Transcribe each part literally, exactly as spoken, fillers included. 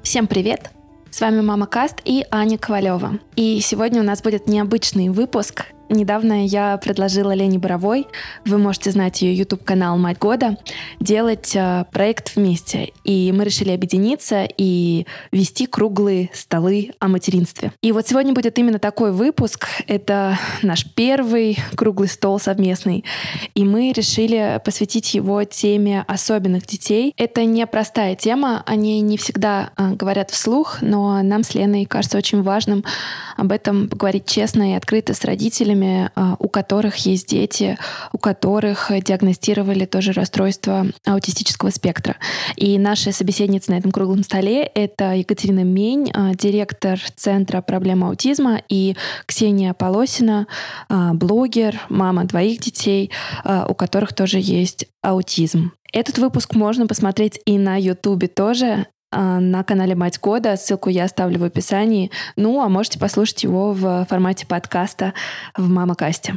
Всем привет! С вами Мама Каст и Аня Ковалева. И сегодня у нас будет необычный выпуск. Недавно я предложила Лене Боровой, вы можете знать ее YouTube-канал «Мать года», делать э, проект вместе. И мы решили объединиться и вести круглые столы о материнстве. И вот сегодня будет именно такой выпуск. Это наш первый круглый стол совместный. И мы решили посвятить его теме особенных детей. Это непростая тема, о ней не всегда э, говорят вслух, но нам с Леной кажется очень важным об этом поговорить честно и открыто с родителями, у которых есть дети, у которых диагностировали тоже расстройство аутистического спектра. И наша собеседница на этом круглом столе — это Екатерина Мень, директор Центра проблем аутизма, и Ксения Полосина, блогер, мама двоих детей, у которых тоже есть аутизм. Этот выпуск можно посмотреть и на Ютубе тоже, на канале «Мать года». Ссылку я оставлю в описании. Ну, а можете послушать его в формате подкаста в Мамакасте.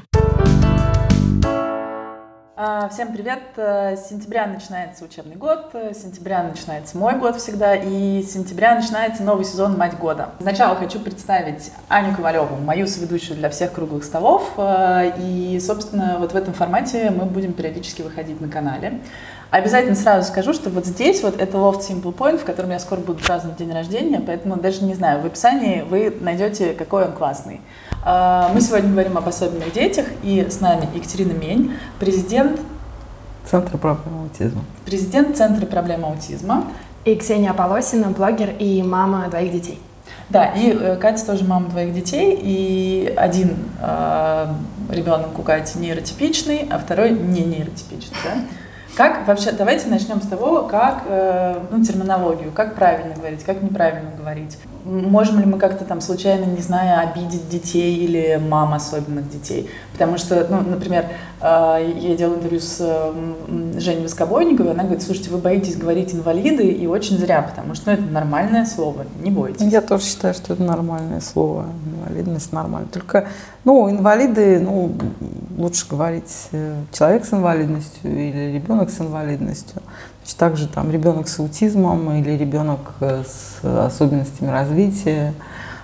Всем привет! С сентября начинается учебный год, с сентября начинается мой год всегда, и с сентября начинается новый сезон «Мать года». Сначала хочу представить Аню Ковалеву, мою соведущую для всех круглых столов, и, собственно, вот в этом формате мы будем периодически выходить на канале. Обязательно сразу скажу, что вот здесь вот это Loft Simple Point, в котором я скоро буду праздновать день рождения, поэтому даже не знаю, в описании вы найдете, какой он классный. Мы сегодня говорим об особенных детях, и с нами Екатерина Мень, президент Центра проблем аутизма. Президент Центра проблем аутизма. И Ксения Полосина, блогер и мама двоих детей. Да, и Катя тоже мама двоих детей, и один э, ребенок у Кати нейротипичный, а второй не нейротипичный, да? Как вообще, давайте начнем с того, как, э, ну, терминологию, как правильно говорить, как неправильно говорить. Можем ли мы как-то там случайно, не знаю, обидеть детей или мам особенных детей? Потому что, ну, например, э, я делала интервью с э, Женей Воскобойниковой, она говорит: слушайте, вы боитесь говорить инвалиды, и очень зря, потому что, ну, это нормальное слово, не бойтесь. Я тоже считаю, что это нормальное слово, инвалидность нормально. Только, ну, инвалиды, ну, лучше говорить человек с инвалидностью или ребенок с инвалидностью. Значит, также там ребенок с аутизмом или ребенок с особенностями развития,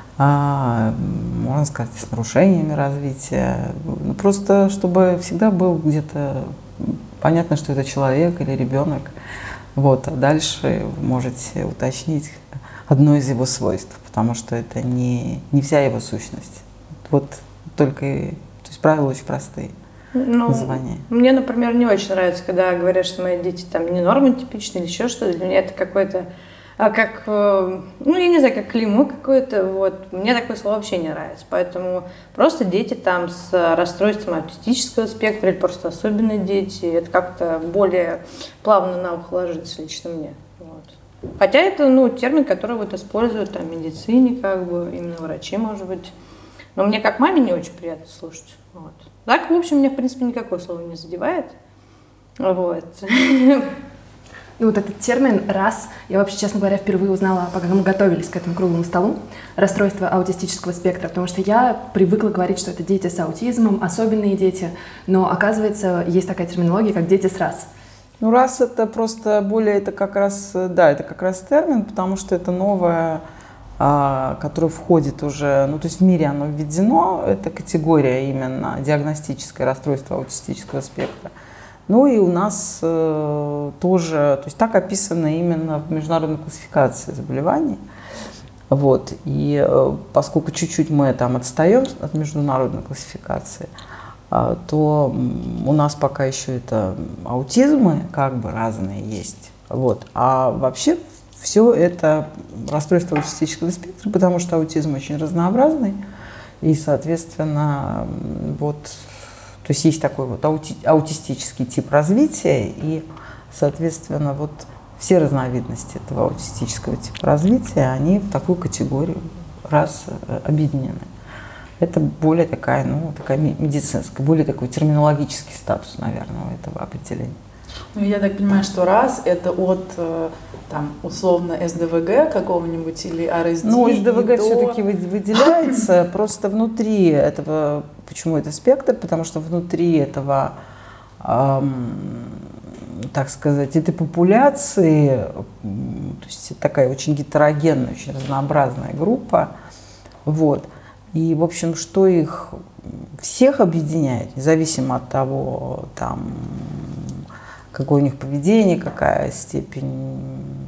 а, можно сказать, с нарушениями развития. Ну, просто чтобы всегда был где-то понятно, что это человек или ребенок. Вот, а дальше вы можете уточнить одно из его свойств, потому что это не, не вся его сущность. Вот только, то есть правила очень простые. Ну, мне, например, не очень нравится, когда говорят, что мои дети там не нормотипичные или еще что-то. Для меня это какой-то, а как, ну, я не знаю, как клеймо какое-то, вот. Мне такое слово вообще не нравится. Поэтому просто дети там с расстройством аутистического спектра или просто особенные дети, это как-то более плавно на ухо ложится лично мне. Вот. Хотя это, ну, термин, который вот используют там в медицине, как бы, именно врачи, может быть. Но мне как маме не очень приятно слушать. Вот. Так, в общем, меня, в принципе, никакое слово не задевает. Вот. Ну, вот этот термин «раз», я вообще, честно говоря, впервые узнала, пока мы готовились к этому круглому столу, расстройство аутистического спектра, потому что я привыкла говорить, что это дети с аутизмом, особенные дети, но, оказывается, есть такая терминология, как «дети с раз». Ну, раз это просто более, это как раз, да, это как раз термин, потому что это новое, которое входит уже, ну, то есть в мире оно введено, это категория именно диагностическое расстройство аутистического спектра. Ну и у нас э, тоже, то есть так описано именно в международной классификации заболеваний. Вот, и э, поскольку чуть-чуть мы там отстаем от международной классификации, э, то у нас пока еще это аутизмы как бы разные есть. Вот, а вообще все это расстройство аутистического спектра, потому что аутизм очень разнообразный, и, соответственно, вот, то есть есть такой вот аути, аутистический тип развития, и, соответственно, вот все разновидности этого аутистического типа развития, они в такую категорию раз объединены. Это более такая, ну, такая медицинская, более такой терминологический статус, наверное, у этого определения. Ну, я так понимаю, что раз это от, там, условно, эс дэ вэ гэ какого-нибудь или ар эс ди. Ну, эс дэ вэ гэ до... все-таки выделяется, просто внутри этого, почему это спектр, потому что внутри этого эм, так сказать, этой популяции, то есть это такая очень гетерогенная, очень разнообразная группа, вот. И, в общем, что их всех объединяет, независимо от того, там, какое у них поведение, какая степень,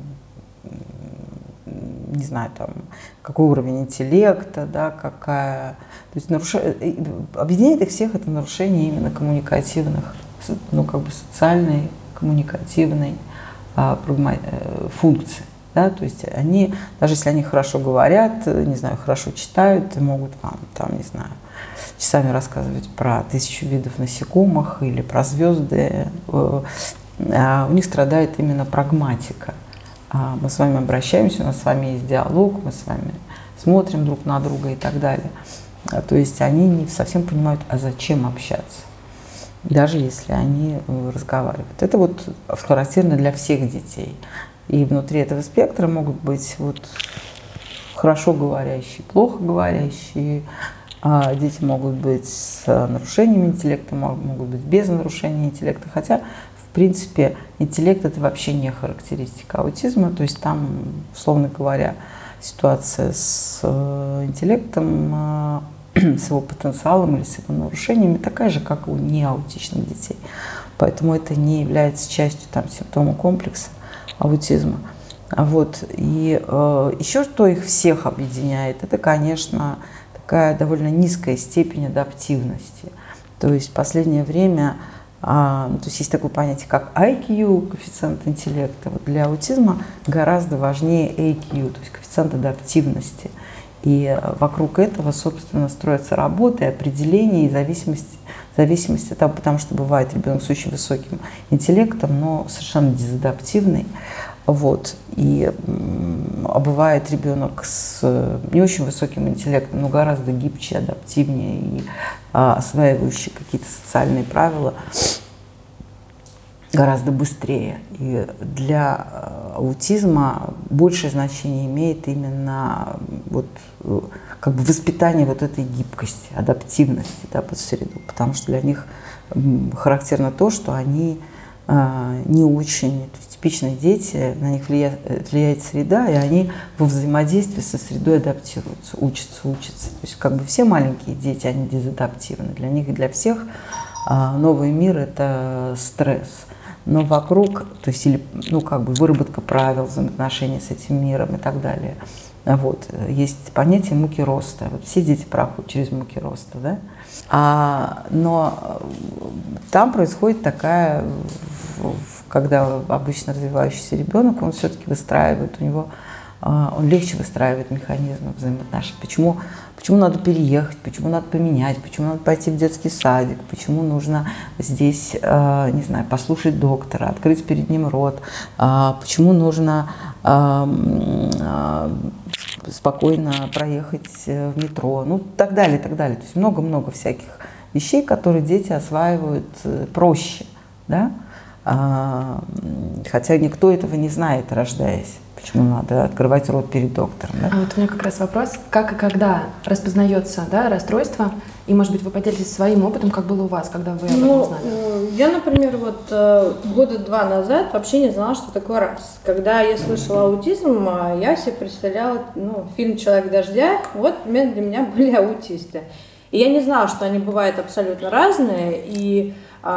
не знаю, там, какой уровень интеллекта, да, какая... То есть наруш... объединяет их всех это нарушение именно коммуникативных, ну, как бы социальной, коммуникативной а, функции. Да, то есть они, даже если они хорошо говорят, не знаю, хорошо читают, могут вам, там, не знаю, часами рассказывать про тысячу видов насекомых или про звезды, у них страдает именно прагматика. Мы с вами обращаемся, у нас с вами есть диалог, мы с вами смотрим друг на друга и так далее. То есть они не совсем понимают, а зачем общаться, даже если они разговаривают. Это вот характерно для всех детей. И внутри этого спектра могут быть вот хорошо говорящие, плохо говорящие, а дети могут быть с нарушением интеллекта, могут быть без нарушения интеллекта. Хотя, в принципе, интеллект – это вообще не характеристика аутизма. То есть там, условно говоря, ситуация с интеллектом, с его потенциалом или с его нарушениями такая же, как у неаутичных детей. Поэтому это не является частью там, симптома комплекса аутизма. Вот. И э, еще что их всех объединяет, это, конечно, такая довольно низкая степень адаптивности. То есть в последнее время, э, то есть есть такое понятие, как ай кью, коэффициент интеллекта. Вот для аутизма гораздо важнее эй кью, то есть коэффициент адаптивности. И вокруг этого, собственно, строятся работы, определения и зависимости, зависимости от того, потому что бывает ребенок с очень высоким интеллектом, но совершенно дезадаптивный. Вот. И, а бывает ребенок с не очень высоким интеллектом, но гораздо гибче, адаптивнее и а, осваивающий какие-то социальные правила гораздо быстрее. И для аутизма большее значение имеет именно вот, как бы воспитание вот этой гибкости, адаптивности, да, под среду. Потому что для них характерно то, что они а, не очень, то есть типичные дети, на них влияет, влияет среда, и они во взаимодействии со средой адаптируются, учатся, учатся. То есть как бы все маленькие дети, они дезадаптивны. Для них и для всех а, новый мир – это стресс. Но вокруг, то есть, или, ну, как бы выработка правил взаимоотношений с этим миром и так далее. Вот. Есть понятие муки роста. Вот все дети проходят через муки роста, да? А, но там происходит такая, когда обычно развивающийся ребенок, он все-таки выстраивает, у него, он легче выстраивает механизмы взаимоотношений. Почему? Почему надо переехать, почему надо поменять, почему надо пойти в детский садик, почему нужно здесь, э, не знаю, послушать доктора, открыть перед ним рот, э, почему нужно э, э, спокойно проехать в метро, ну, так далее, так далее. То есть много-много всяких вещей, которые дети осваивают проще, да? А, хотя никто этого не знает, рождаясь. Почему надо открывать рот перед доктором, да? А вот у меня как раз вопрос, как и когда распознается, да, расстройство, и, может быть, вы поделитесь своим опытом, как было у вас, когда вы об этом ну, узнали? Я, например, вот года два назад вообще не знала, что такое раз. Когда я слышала аутизм, я себе представляла, ну, фильм «Человек дождя», вот примерно для меня были аутисты. И я не знала, что они бывают абсолютно разные, и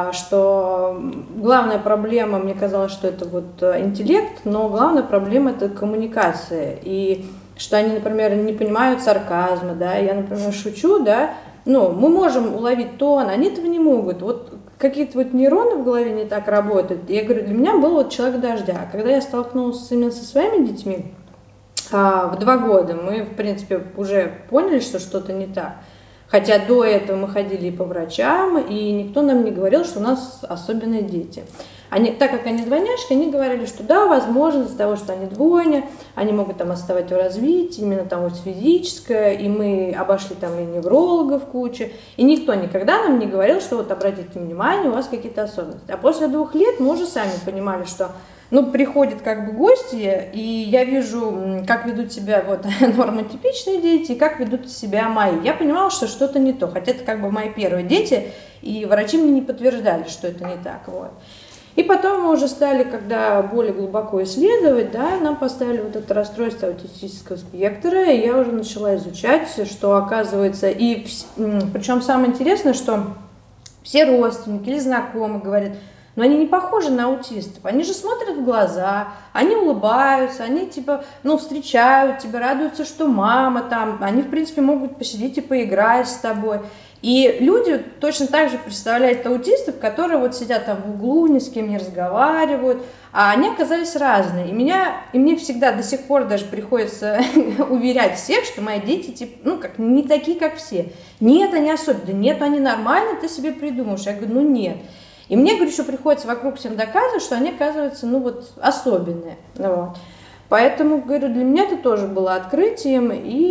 что главная проблема, мне казалось, что это вот интеллект, но главная проблема это коммуникация, и что они, например, не понимают сарказма, да, я, например, шучу, да, ну, мы можем уловить тон, они этого не могут, вот какие-то вот нейроны в голове не так работают, я говорю, для меня был вот человек дождя, когда я столкнулась именно со своими детьми а, в два года, мы, в принципе, уже поняли, что что-то не так. Хотя до этого мы ходили и по врачам, и никто нам не говорил, что у нас особенные дети. Они, так как они двойняшки, они говорили, что да, возможно, из-за того, что они двойня, они могут там отставать в развитии, именно там вот физическое, и мы обошли там и неврологов кучу, и никто никогда нам не говорил, что вот обратите внимание, у вас какие-то особенности. А после двух лет мы уже сами понимали, что ну, приходят как бы гости, и я вижу, как ведут себя вот нормотипичные дети, и как ведут себя мои. Я понимала, что что-то не то, хотя это как бы мои первые дети, и врачи мне не подтверждали, что это не так. Вот. И потом мы уже стали, когда более глубоко исследовать, да, нам поставили вот это расстройство аутистического спектра, и я уже начала изучать, что оказывается, и причем самое интересное, что все родственники или знакомые говорят, но они не похожи на аутистов, они же смотрят в глаза, они улыбаются, они типа, ну, встречают тебя, радуются, что мама там, они, в принципе, могут посидеть и поиграть с тобой. И люди точно так же представляют аутистов, которые вот сидят там в углу, ни с кем не разговаривают, а они оказались разные. И, меня, и мне всегда до сих пор даже приходится уверять всех, что мои дети типа, ну, как, не такие, как все. Нет, они особенные, нет, они нормальные, ты себе придумаешь. Я говорю, ну нет. И мне, говорю, что приходится вокруг всем доказывать, что они, оказываются, ну вот, особенные. Вот. Поэтому, говорю, для меня это тоже было открытием.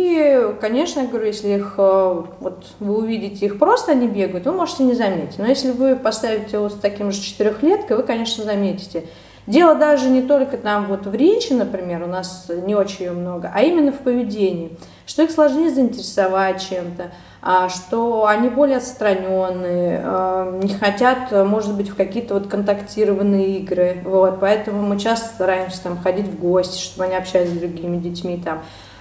И, конечно, говорю, если их, вот вы увидите их просто, они бегают, вы можете не заметить. Но если вы поставите вот с таким же четырехлеткой, вы, конечно, заметите. Дело даже не только там вот в речи, например, у нас не очень много, а именно в поведении. Что их сложнее заинтересовать чем-то, что они более отстраненные, не хотят, может быть, в какие-то вот контактированные игры. Вот, поэтому мы часто стараемся там ходить в гости, чтобы они общались с другими детьми. Там.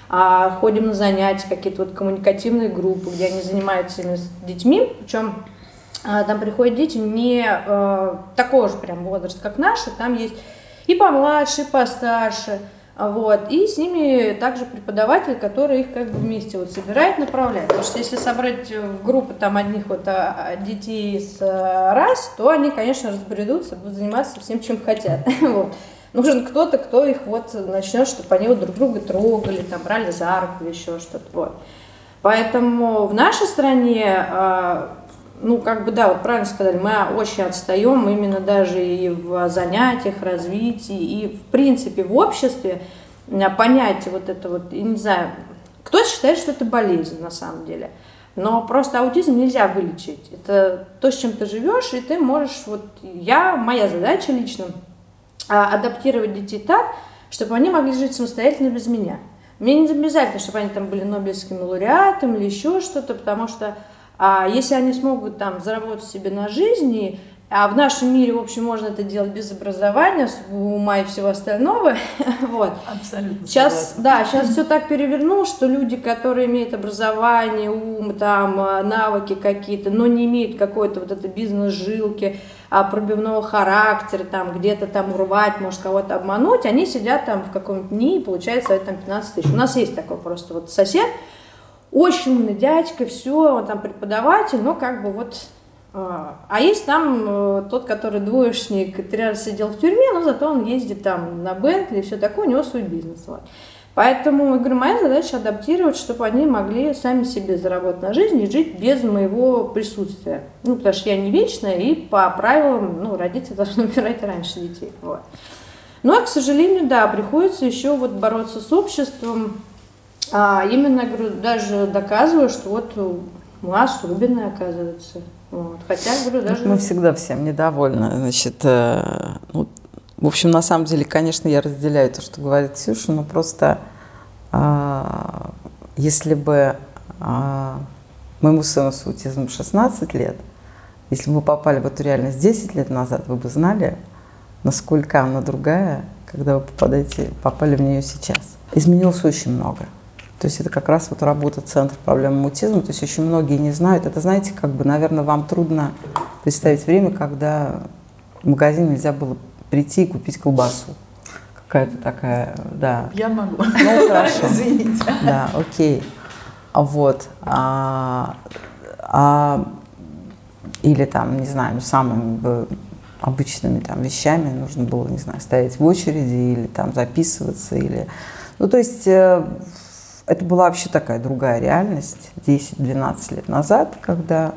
А ходим на занятия, какие-то вот коммуникативные группы, где они занимаются именно с детьми. Причем там приходят дети не э, такого же прям возраста, как наши. Там есть и помладше, и постарше. Вот. И с ними также преподаватель, который их как бы вместе вот собирает, направляет. Потому что если собрать в группы там одних вот а, детей с а, рас, то они, конечно, разбредутся, будут заниматься всем, чем хотят. Вот. Нужен кто-то, кто их вот начнет, чтобы они вот друг друга трогали, там, брали за руку или еще что-то. Вот. Поэтому в нашей стране, а, ну, как бы, да, вот правильно сказали, мы очень отстаем именно даже и в занятиях, развитии, и, в принципе, в обществе понятие вот это вот, я не знаю, кто-то считает, что это болезнь на самом деле, но просто аутизм нельзя вылечить. Это то, с чем ты живешь, и ты можешь, вот я, моя задача лично, адаптировать детей так, чтобы они могли жить самостоятельно без меня. Мне не обязательно, чтобы они там были нобелевскими лауреатами или еще что-то, потому что а если они смогут там заработать себе на жизни, а в нашем мире, в общем, можно это делать без образования, ума и всего остального, вот. Абсолютно. Сейчас, да, сейчас все так перевернулось, что люди, которые имеют образование, ум, там, навыки какие-то, но не имеют какой-то вот этой бизнес-жилки, пробивного характера, там, где-то там урвать, может, кого-то обмануть, они сидят там в каком-то дне и получают свои там пятнадцать тысяч. У нас есть такой просто вот сосед, очень умный дядька, все, он там преподаватель, но как бы вот... А, а есть там э, тот, который двоечник, три раза сидел в тюрьме, но зато он ездит там на Бентли и все такое, у него свой бизнес. Вот. Поэтому, я говорю, моя задача адаптировать, чтобы они могли сами себе заработать на жизнь и жить без моего присутствия. Ну, потому что я не вечная, и по правилам, ну, родители должны умирать раньше детей. Вот. Но, к сожалению, да, приходится еще вот бороться с обществом. А именно, говорю, даже доказываю, что вот мы особенные, оказывается. Вот. Хотя, говорю, даже... Мы всегда всем недовольны. Значит, э, ну, в общем, на самом деле, конечно, я разделяю то, что говорит Ксюша, но просто э, если бы э, моему сыну с аутизмом шестнадцать лет, если бы вы попали в эту реальность десять лет назад, вы бы знали, насколько она другая, когда вы попадаете, попали в нее сейчас. Изменилось очень много. То есть это как раз вот работа Центра проблем аутизма. То есть очень многие не знают. Это, знаете, как бы, наверное, вам трудно представить время, когда в магазин нельзя было прийти и купить колбасу. Какая-то такая, да. Я могу. Ну, хорошо. Извините. Да, окей. Вот. А, а, или там, не знаю, самыми обычными там вещами нужно было, не знаю, стоять в очереди или там записываться, или... Ну, то есть... Это была вообще такая другая реальность десять-двенадцать лет назад, когда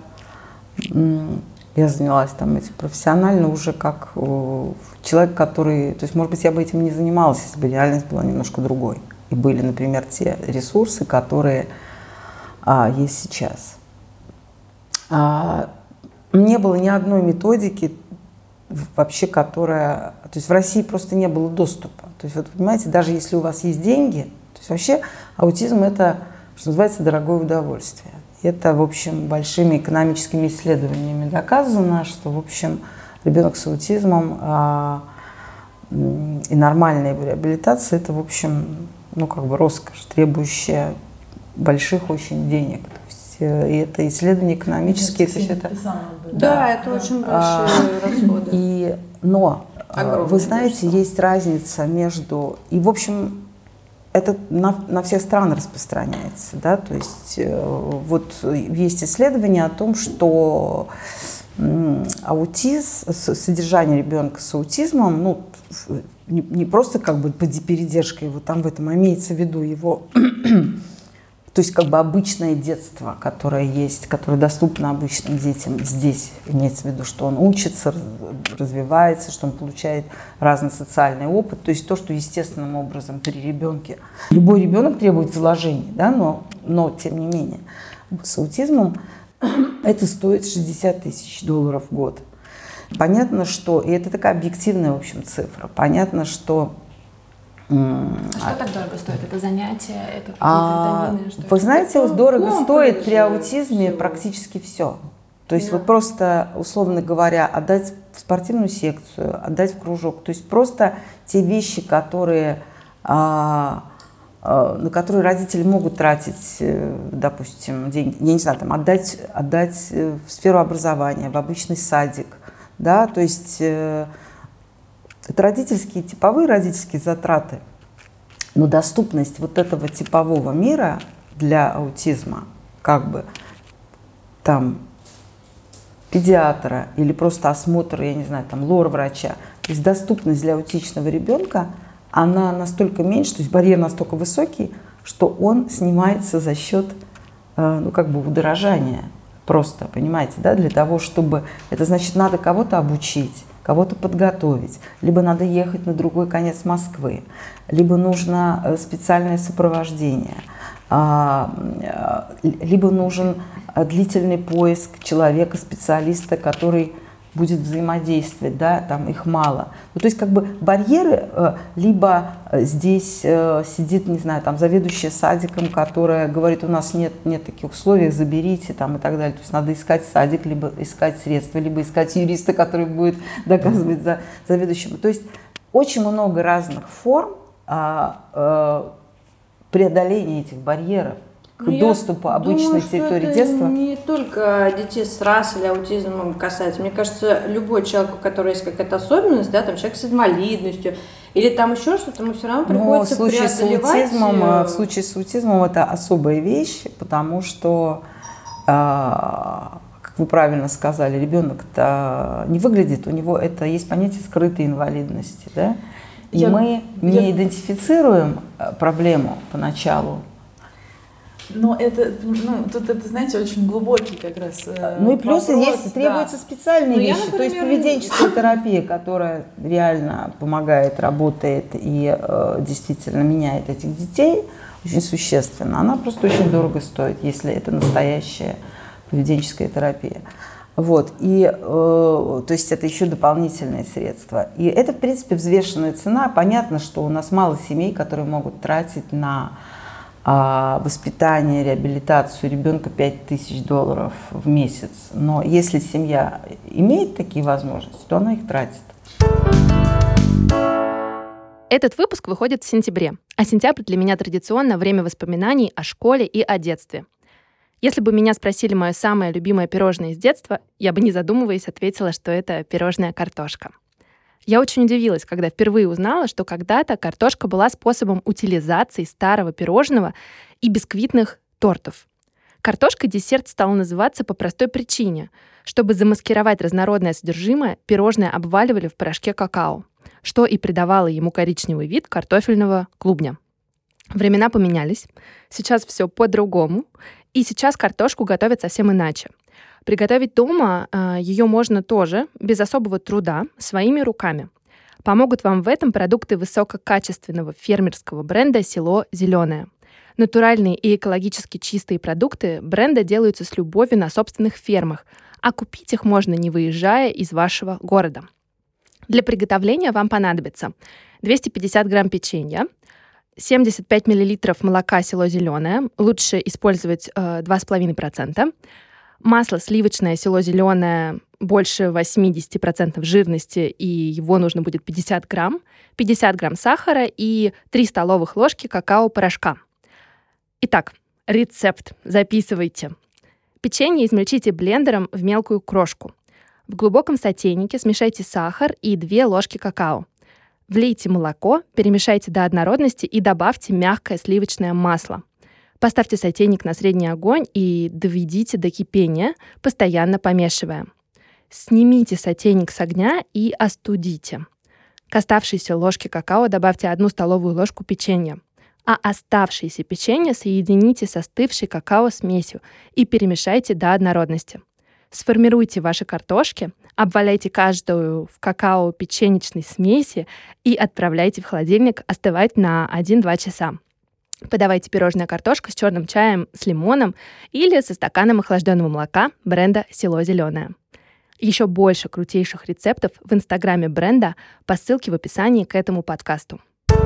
я занялась там этим профессионально уже как человек, который... То есть, может быть, я бы этим не занималась, если бы реальность была немножко другой. И были, например, те ресурсы, которые а, есть сейчас. А, не было ни одной методики вообще, которая... То есть в России просто не было доступа. То есть, вот, понимаете, даже если у вас есть деньги... То есть вообще аутизм – это, что называется, дорогое удовольствие. Это, в общем, большими экономическими исследованиями доказано, что, в общем, ребенок с аутизмом а, и нормальная его реабилитация, это, в общем, ну, как бы роскошь, требующая больших очень денег. То есть, и это исследования экономические. То есть это, да, да, это да. очень большие а, расходы. И, но, огромное, вы знаете, конечно. Есть разница между... И, в общем, это на, на все страны распространяется. Да? То есть вот есть исследования о том, что аутизм, содержание ребенка с аутизмом, ну, не, не просто как бы передержка его там в этом, а имеется в виду его, то есть как бы обычное детство, которое есть, которое доступно обычным детям здесь, имеется в виду, что он учится, развивается, что он получает разный социальный опыт, то есть то, что естественным образом при ребенке. Любой ребенок требует вложений, да, но, но тем не менее с аутизмом это стоит шестьдесят тысяч долларов в год. Понятно, что, и это такая объективная, в общем, цифра, понятно, что... А что так дорого стоит? Это занятия, это какие-то а, витамины? Что вы знаете, это? Дорого ну, стоит при аутизме всего. Практически все. То есть да. вот просто, условно говоря, отдать в спортивную секцию, отдать в кружок. То есть просто те вещи, которые... А, на которые родители могут тратить, допустим, деньги, я не знаю, там, отдать, отдать в сферу образования, в обычный садик, да, то есть э, это родительские, типовые родительские затраты, но доступность вот этого типового мира для аутизма, как бы, там, педиатра или просто осмотр, я не знаю, там, лор-врача, то есть доступность для аутичного ребенка, она настолько меньше, то есть барьер настолько высокий, что он снимается за счет, ну, как бы удорожания. Просто, понимаете, да, для того, чтобы... Это значит, надо кого-то обучить, кого-то подготовить, либо надо ехать на другой конец Москвы, либо нужно специальное сопровождение, либо нужен длительный поиск человека, специалиста, который будет взаимодействовать, да, там их мало. Ну, то есть как бы барьеры, либо здесь сидит, не знаю, там заведующая садиком, которая говорит, у нас нет, нет таких условий, заберите там и так далее. То есть надо искать садик, либо искать средства, либо искать юриста, который будет доказывать за заведующим. То есть очень много разных форм а, а, преодоления этих барьеров к ну, доступу обычной думаю, территории это детства. Не только детей с рас или аутизмом касается. Мне кажется, любой человек, у которого есть какая-то особенность, да, там человек с инвалидностью или там еще что-то, ему все равно приходится Но в случае преодолевать. С аутизмом, в случае с аутизмом это особая вещь, потому что, как вы правильно сказали, ребенок-то не выглядит, у него это есть понятие скрытой инвалидности, да? И я, мы я... не идентифицируем проблему поначалу. Но это, ну, тут это, знаете, очень глубокий как раз э, Ну и плюс вопрос, есть, требуются да. специальные ну, вещи, я, например... то есть поведенческая терапия, которая реально помогает, работает и э, действительно меняет этих детей очень существенно, она просто очень дорого стоит, если это настоящая поведенческая терапия. Вот, и, э, то есть это еще дополнительные средства. И это, в принципе, взвешенная цена. Понятно, что у нас мало семей, которые могут тратить на э, воспитание, реабилитацию ребенка пять тысяч долларов в месяц. Но если семья имеет такие возможности, то она их тратит. Этот выпуск выходит в сентябре, а сентябрь для меня традиционно время воспоминаний о школе и о детстве. Если бы меня спросили мое самое любимое пирожное из детства, я бы, не задумываясь, ответила, что это пирожная картошка. Я очень удивилась, когда впервые узнала, что когда-то картошка была способом утилизации старого пирожного и бисквитных тортов. Картошкой десерт стал называться по простой причине. Чтобы замаскировать разнородное содержимое, пирожное обваливали в порошке какао, что и придавало ему коричневый вид картофельного клубня. Времена поменялись, сейчас все по-другому, и сейчас картошку готовят совсем иначе. Приготовить дома э, ее можно тоже, без особого труда, своими руками. Помогут вам в этом продукты высококачественного фермерского бренда «Село Зеленое». Натуральные и экологически чистые продукты бренда делаются с любовью на собственных фермах, а купить их можно, не выезжая из вашего города. Для приготовления вам понадобится двести пятьдесят грамм печенья, семьдесят пять миллилитров молока «Село Зеленое», лучше использовать э, два с половиной процента, масло сливочное «Село Зеленое» больше восемьдесят процентов жирности, и его нужно будет пятьдесят грамм, пятьдесят грамм сахара и три столовых ложки какао-порошка. Итак, рецепт. Записывайте. Печенье измельчите блендером в мелкую крошку. В глубоком сотейнике смешайте сахар и две ложки какао. Влейте молоко, перемешайте до однородности и добавьте мягкое сливочное масло. Поставьте сотейник на средний огонь и доведите до кипения, постоянно помешивая. Снимите сотейник с огня и остудите. К оставшейся ложке какао добавьте одну столовую ложку печенья, а оставшееся печенье соедините с остывшей какао-смесью и перемешайте до однородности. Сформируйте ваши картошки, обваляйте каждую в какао-печенечной смеси и отправляйте в холодильник остывать на один-два часа. Подавайте пирожное картошка с черным чаем с лимоном или со стаканом охлажденного молока бренда «Село Зеленое». Еще больше крутейших рецептов в инстаграме бренда по ссылке в описании к этому подкасту.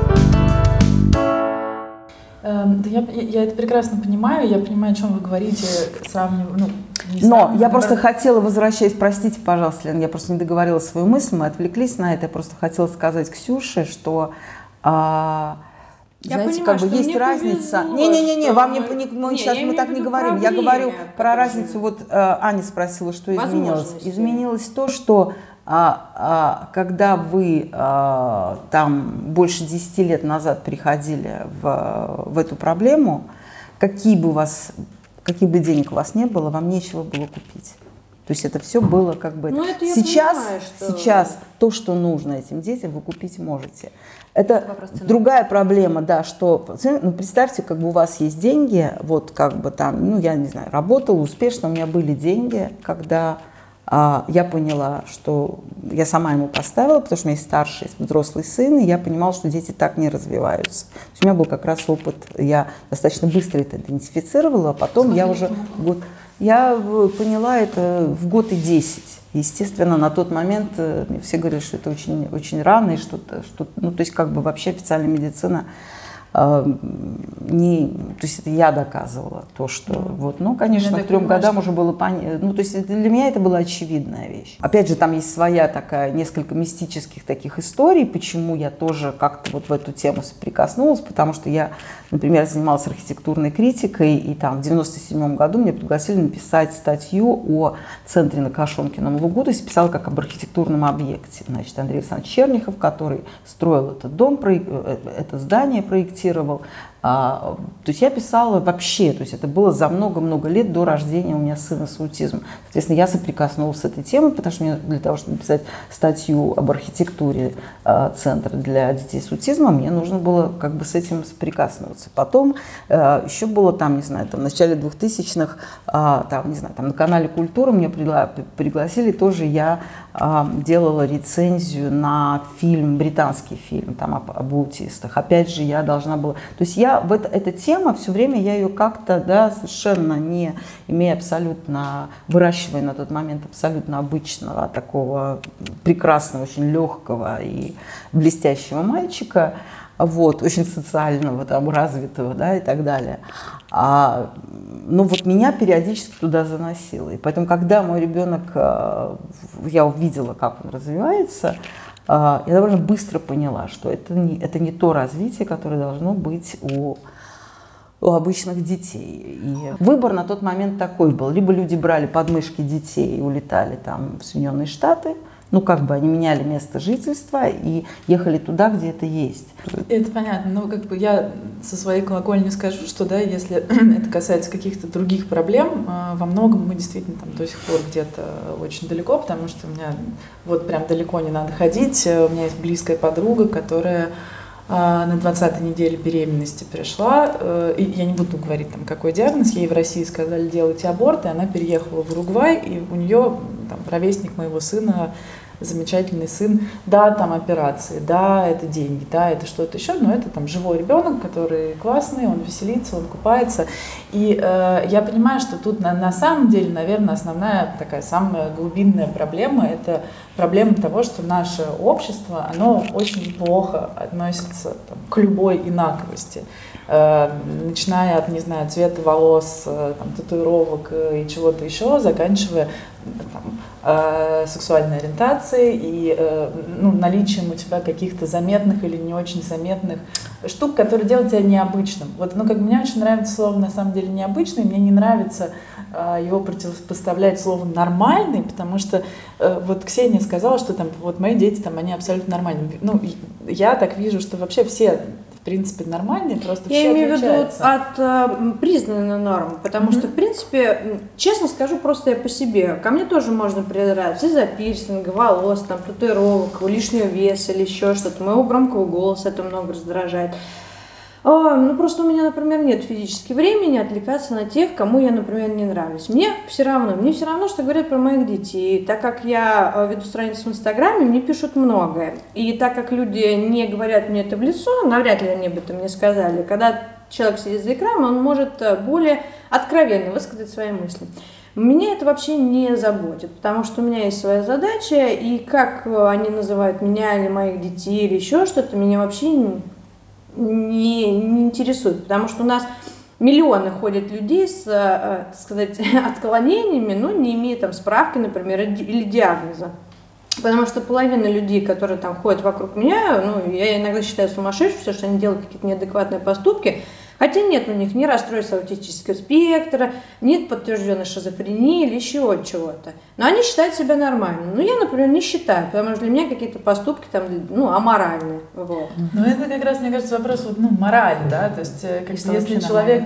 Да я, я это прекрасно понимаю, я понимаю, о чем вы говорите, сравниваю, ну, не Но сравниваю, я просто наверное... хотела, возвращаясь, простите, пожалуйста, Лен, я просто не договорила свою мысль, мы отвлеклись на это, я просто хотела сказать Ксюше, что, а, я знаете, понимаю, как бы есть разница. Не-не-не, вам не, не, мы, не, сейчас мы так не говорим, я говорю про разницу, вот а, Аня спросила, что изменилось. Изменилось то, что А, а, когда вы а, там больше десяти лет назад приходили в, в эту проблему, какие бы, у вас, каких бы денег у вас не было, вам нечего было купить. То есть это все было как бы... Ну, это я сейчас, понимаю, что... сейчас то, что нужно этим детям, вы купить можете. Это другая проблема, да, что, ну, представьте, как бы у вас есть деньги, вот как бы там, ну, я не знаю, работала успешно, у меня были деньги, когда... Я поняла, что я сама ему поставила, потому что у меня есть старший, есть взрослый сын, и я понимала, что дети так не развиваются. То есть у меня был как раз опыт, я достаточно быстро это идентифицировала, а потом Сколько я уже год, я поняла это в год и десять. Естественно, на тот момент мне все говорили, что это очень, очень рано, и что-то, что, ну, то есть как бы вообще официальная медицина не, то есть это я доказывала то, что mm. вот, ну, конечно, к трем годам что... уже было понятно, ну, то есть для меня это была очевидная вещь. Опять же, там есть своя такая, несколько мистических таких историй, почему я тоже как-то вот в эту тему соприкоснулась, потому что я, например, занималась архитектурной критикой, и там в девяносто седьмом году меня пригласили написать статью о центре на Кашонкином лугу, то есть писала как об архитектурном объекте. Значит, Андрей Александрович Черняхов, который строил этот дом, это здание проектировал, А, то есть я писала вообще, то есть это было за много-много лет до рождения у меня сына с аутизмом. Соответственно, я соприкоснулась с этой темой, потому что мне для того, чтобы написать статью об архитектуре а, центра для детей с аутизмом, мне нужно было как бы с этим соприкоснуться. Потом а, еще было там, не знаю, там в начале двухтысячных, а, там, не знаю, там на канале «Культура» меня пригла- пригласили, тоже я а, делала рецензию на фильм, британский фильм там об, об аутистах. Опять же, я должна была, то есть я в это, эта тема, все время я ее как-то, да, совершенно не имея абсолютно, выращивая на тот момент абсолютно обычного, такого прекрасного, очень легкого и блестящего мальчика, вот, очень социального, там, развитого, да, и так далее. А, ну вот меня периодически туда заносило. И поэтому, когда мой ребенок, я увидела, как он развивается, я довольно быстро поняла, что это не, это не то развитие, которое должно быть у, у обычных детей. И выбор на тот момент такой был. Либо люди брали подмышки детей и улетали там в Соединенные Штаты, ну как бы они меняли место жительства и ехали туда, где это есть. Это понятно, но как бы я со своей колокольни скажу, что да, если это касается каких-то других проблем, во многом мы действительно там до сих пор где-то очень далеко, потому что у меня вот прям далеко не надо ходить. У меня есть близкая подруга, которая на двадцатой неделе беременности пришла, и я не буду говорить там какой диагноз, ей в России сказали делайте аборт, и она переехала в Уругвай, и у нее там ровесник моего сына, замечательный сын, да, там операции, да, это деньги, да, это что-то еще, но это там живой ребенок, который классный, он веселится, он купается. И э, я понимаю, что тут на, на самом деле, наверное, основная такая самая глубинная проблема – это проблема того, что наше общество, оно очень плохо относится там, к любой инаковости. Начиная от, не знаю, цвета волос, там, татуировок и чего-то еще, заканчивая там, сексуальной ориентацией и ну, наличием у тебя каких-то заметных или не очень заметных штук, которые делают тебя необычным. Вот, ну, как мне очень нравится слово, на самом деле, необычный, мне не нравится его противопоставлять слову «нормальный», потому что вот Ксения сказала, что там, вот мои дети, там, они абсолютно нормальные. Ну, я так вижу, что вообще все в принципе, нормальные, просто я все имею в виду отличаются. от э, признанной нормы, потому mm-hmm. что, в принципе, честно скажу, просто я по себе, ко мне тоже можно придраться из-за пирсинга, волос, там, татуировок, лишнего веса или еще что-то, моего громкого голоса это много раздражает. А, ну, просто у меня, например, нет физически времени отвлекаться на тех, кому я, например, не нравлюсь. Мне все равно, мне все равно, что говорят про моих детей. Так как я веду страницу в Инстаграме, мне пишут многое. И так как люди не говорят мне это в лицо, навряд ли они об этом не сказали. Когда человек сидит за экраном, он может более откровенно высказать свои мысли. Меня это вообще не заботит, потому что у меня есть своя задача, и как они называют меня или моих детей или еще что-то, меня вообще не... Не, не интересует, потому что у нас миллионы ходят людей с, так сказать, отклонениями, но не имея там справки, например, или диагноза. Потому что половина людей, которые там ходят вокруг меня, ну, я иногда считаю сумасшедшими, потому что они делают какие-то неадекватные поступки, хотя нет у них ни расстройства аутического спектра, нет подтвержденной шизофрении или еще чего-то. Но они считают себя нормальными. Ну, я, например, не считаю, потому что для меня какие-то поступки там, ну, аморальные. Вот. Ну, это как раз, мне кажется, вопрос вот, ну, морали, да, то есть как, если человек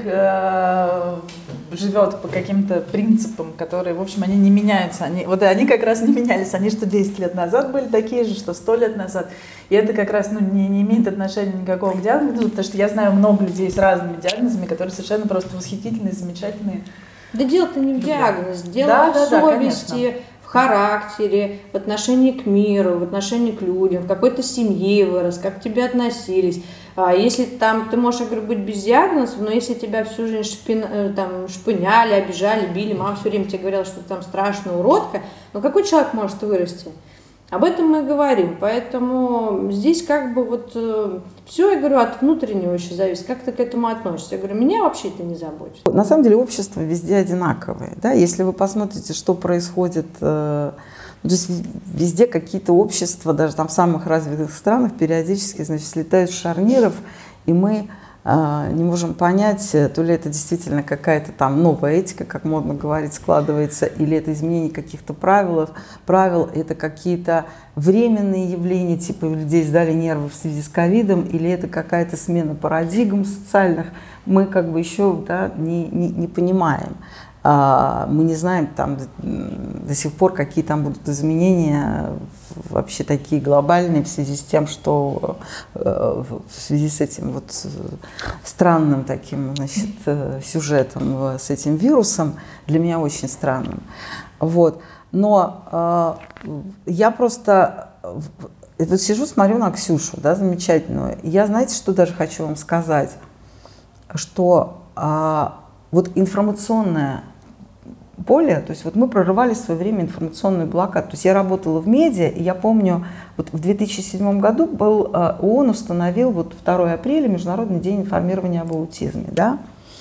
э, живет по каким-то принципам, которые, в общем, они не меняются, они, вот они как раз не менялись, они что десять лет назад были такие же, что сто лет назад, и это как раз, ну, не, не имеет отношения никакого к диагнозу, потому что я знаю много людей с разными диагнозами, которые совершенно просто восхитительные, замечательные. Да дело-то не в диагнозе, дело да, в да, совести, да, в характере, в отношении к миру, в отношении к людям, в какой-то семье вырос, как к тебе относились. А если там, ты можешь, я говорю, быть без диагноза, но если тебя всю жизнь шпин, там, шпыняли, обижали, били, мама все время тебе говорила, что ты там страшная уродка, ну какой человек может вырасти? Об этом мы говорим, поэтому здесь как бы вот э, все, я говорю, от внутреннего еще зависит, как ты к этому относишься. Я говорю, меня вообще это не заботит. На самом деле общество везде одинаковое, да, если вы посмотрите, что происходит, э, то есть везде какие-то общества, даже там в самых развитых странах периодически, значит, слетают с шарниров, и мы э, не можем понять, то ли это действительно какая-то там новая этика, как модно говорить, складывается, или это изменение каких-то правил, правил, это какие-то временные явления, типа у людей сдали нервы в связи с ковидом, или это какая-то смена парадигм социальных, мы как бы еще да, не, не, не понимаем. Мы не знаем там до сих пор, какие там будут изменения вообще такие глобальные в связи с тем, что в связи с этим вот странным таким, значит, сюжетом, с этим вирусом, для меня очень странным. Вот. Но э, я просто вот сижу, смотрю на Ксюшу, да, замечательную. И я, знаете, что даже хочу вам сказать, что э, вот информационное поле, то есть вот мы прорывали в свое время информационный блокад. То есть я работала в медиа, и я помню, вот в две тысячи седьмом году был, ООН установил вот второго апреля Международный день информирования об аутизме, да,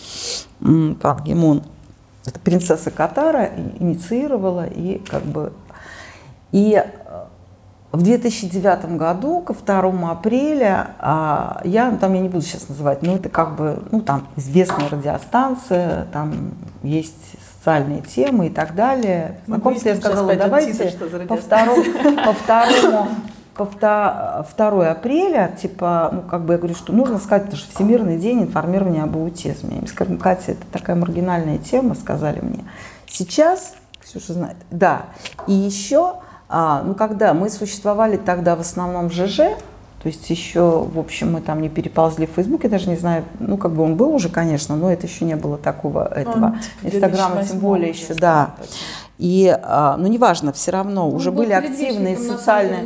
Пан Ги Мун, это принцесса Катара, инициировала, и как бы, и в две тысячи девятом году, ко второму апреля, я, там я не буду сейчас называть, но это как бы, ну там известная радиостанция, там есть социальные темы и так далее. Знакомство я сказала, давайте по второму, по второму, по второго апреля, типа, ну как бы я говорю, что нужно сказать, это же Всемирный день информирования об аутизме. Им сказали, Катя, это такая маргинальная тема, сказали мне. Сейчас, Ксюша знает, да, и еще, ну когда мы существовали тогда в основном в ЖЖ, то есть еще, в общем, мы там не переползли в Facebook, я даже не знаю, ну, как бы он был уже, конечно, но это еще не было такого этого Инстаграма, тем более еще, да. И, ну, неважно, все равно, уже были активные социальные,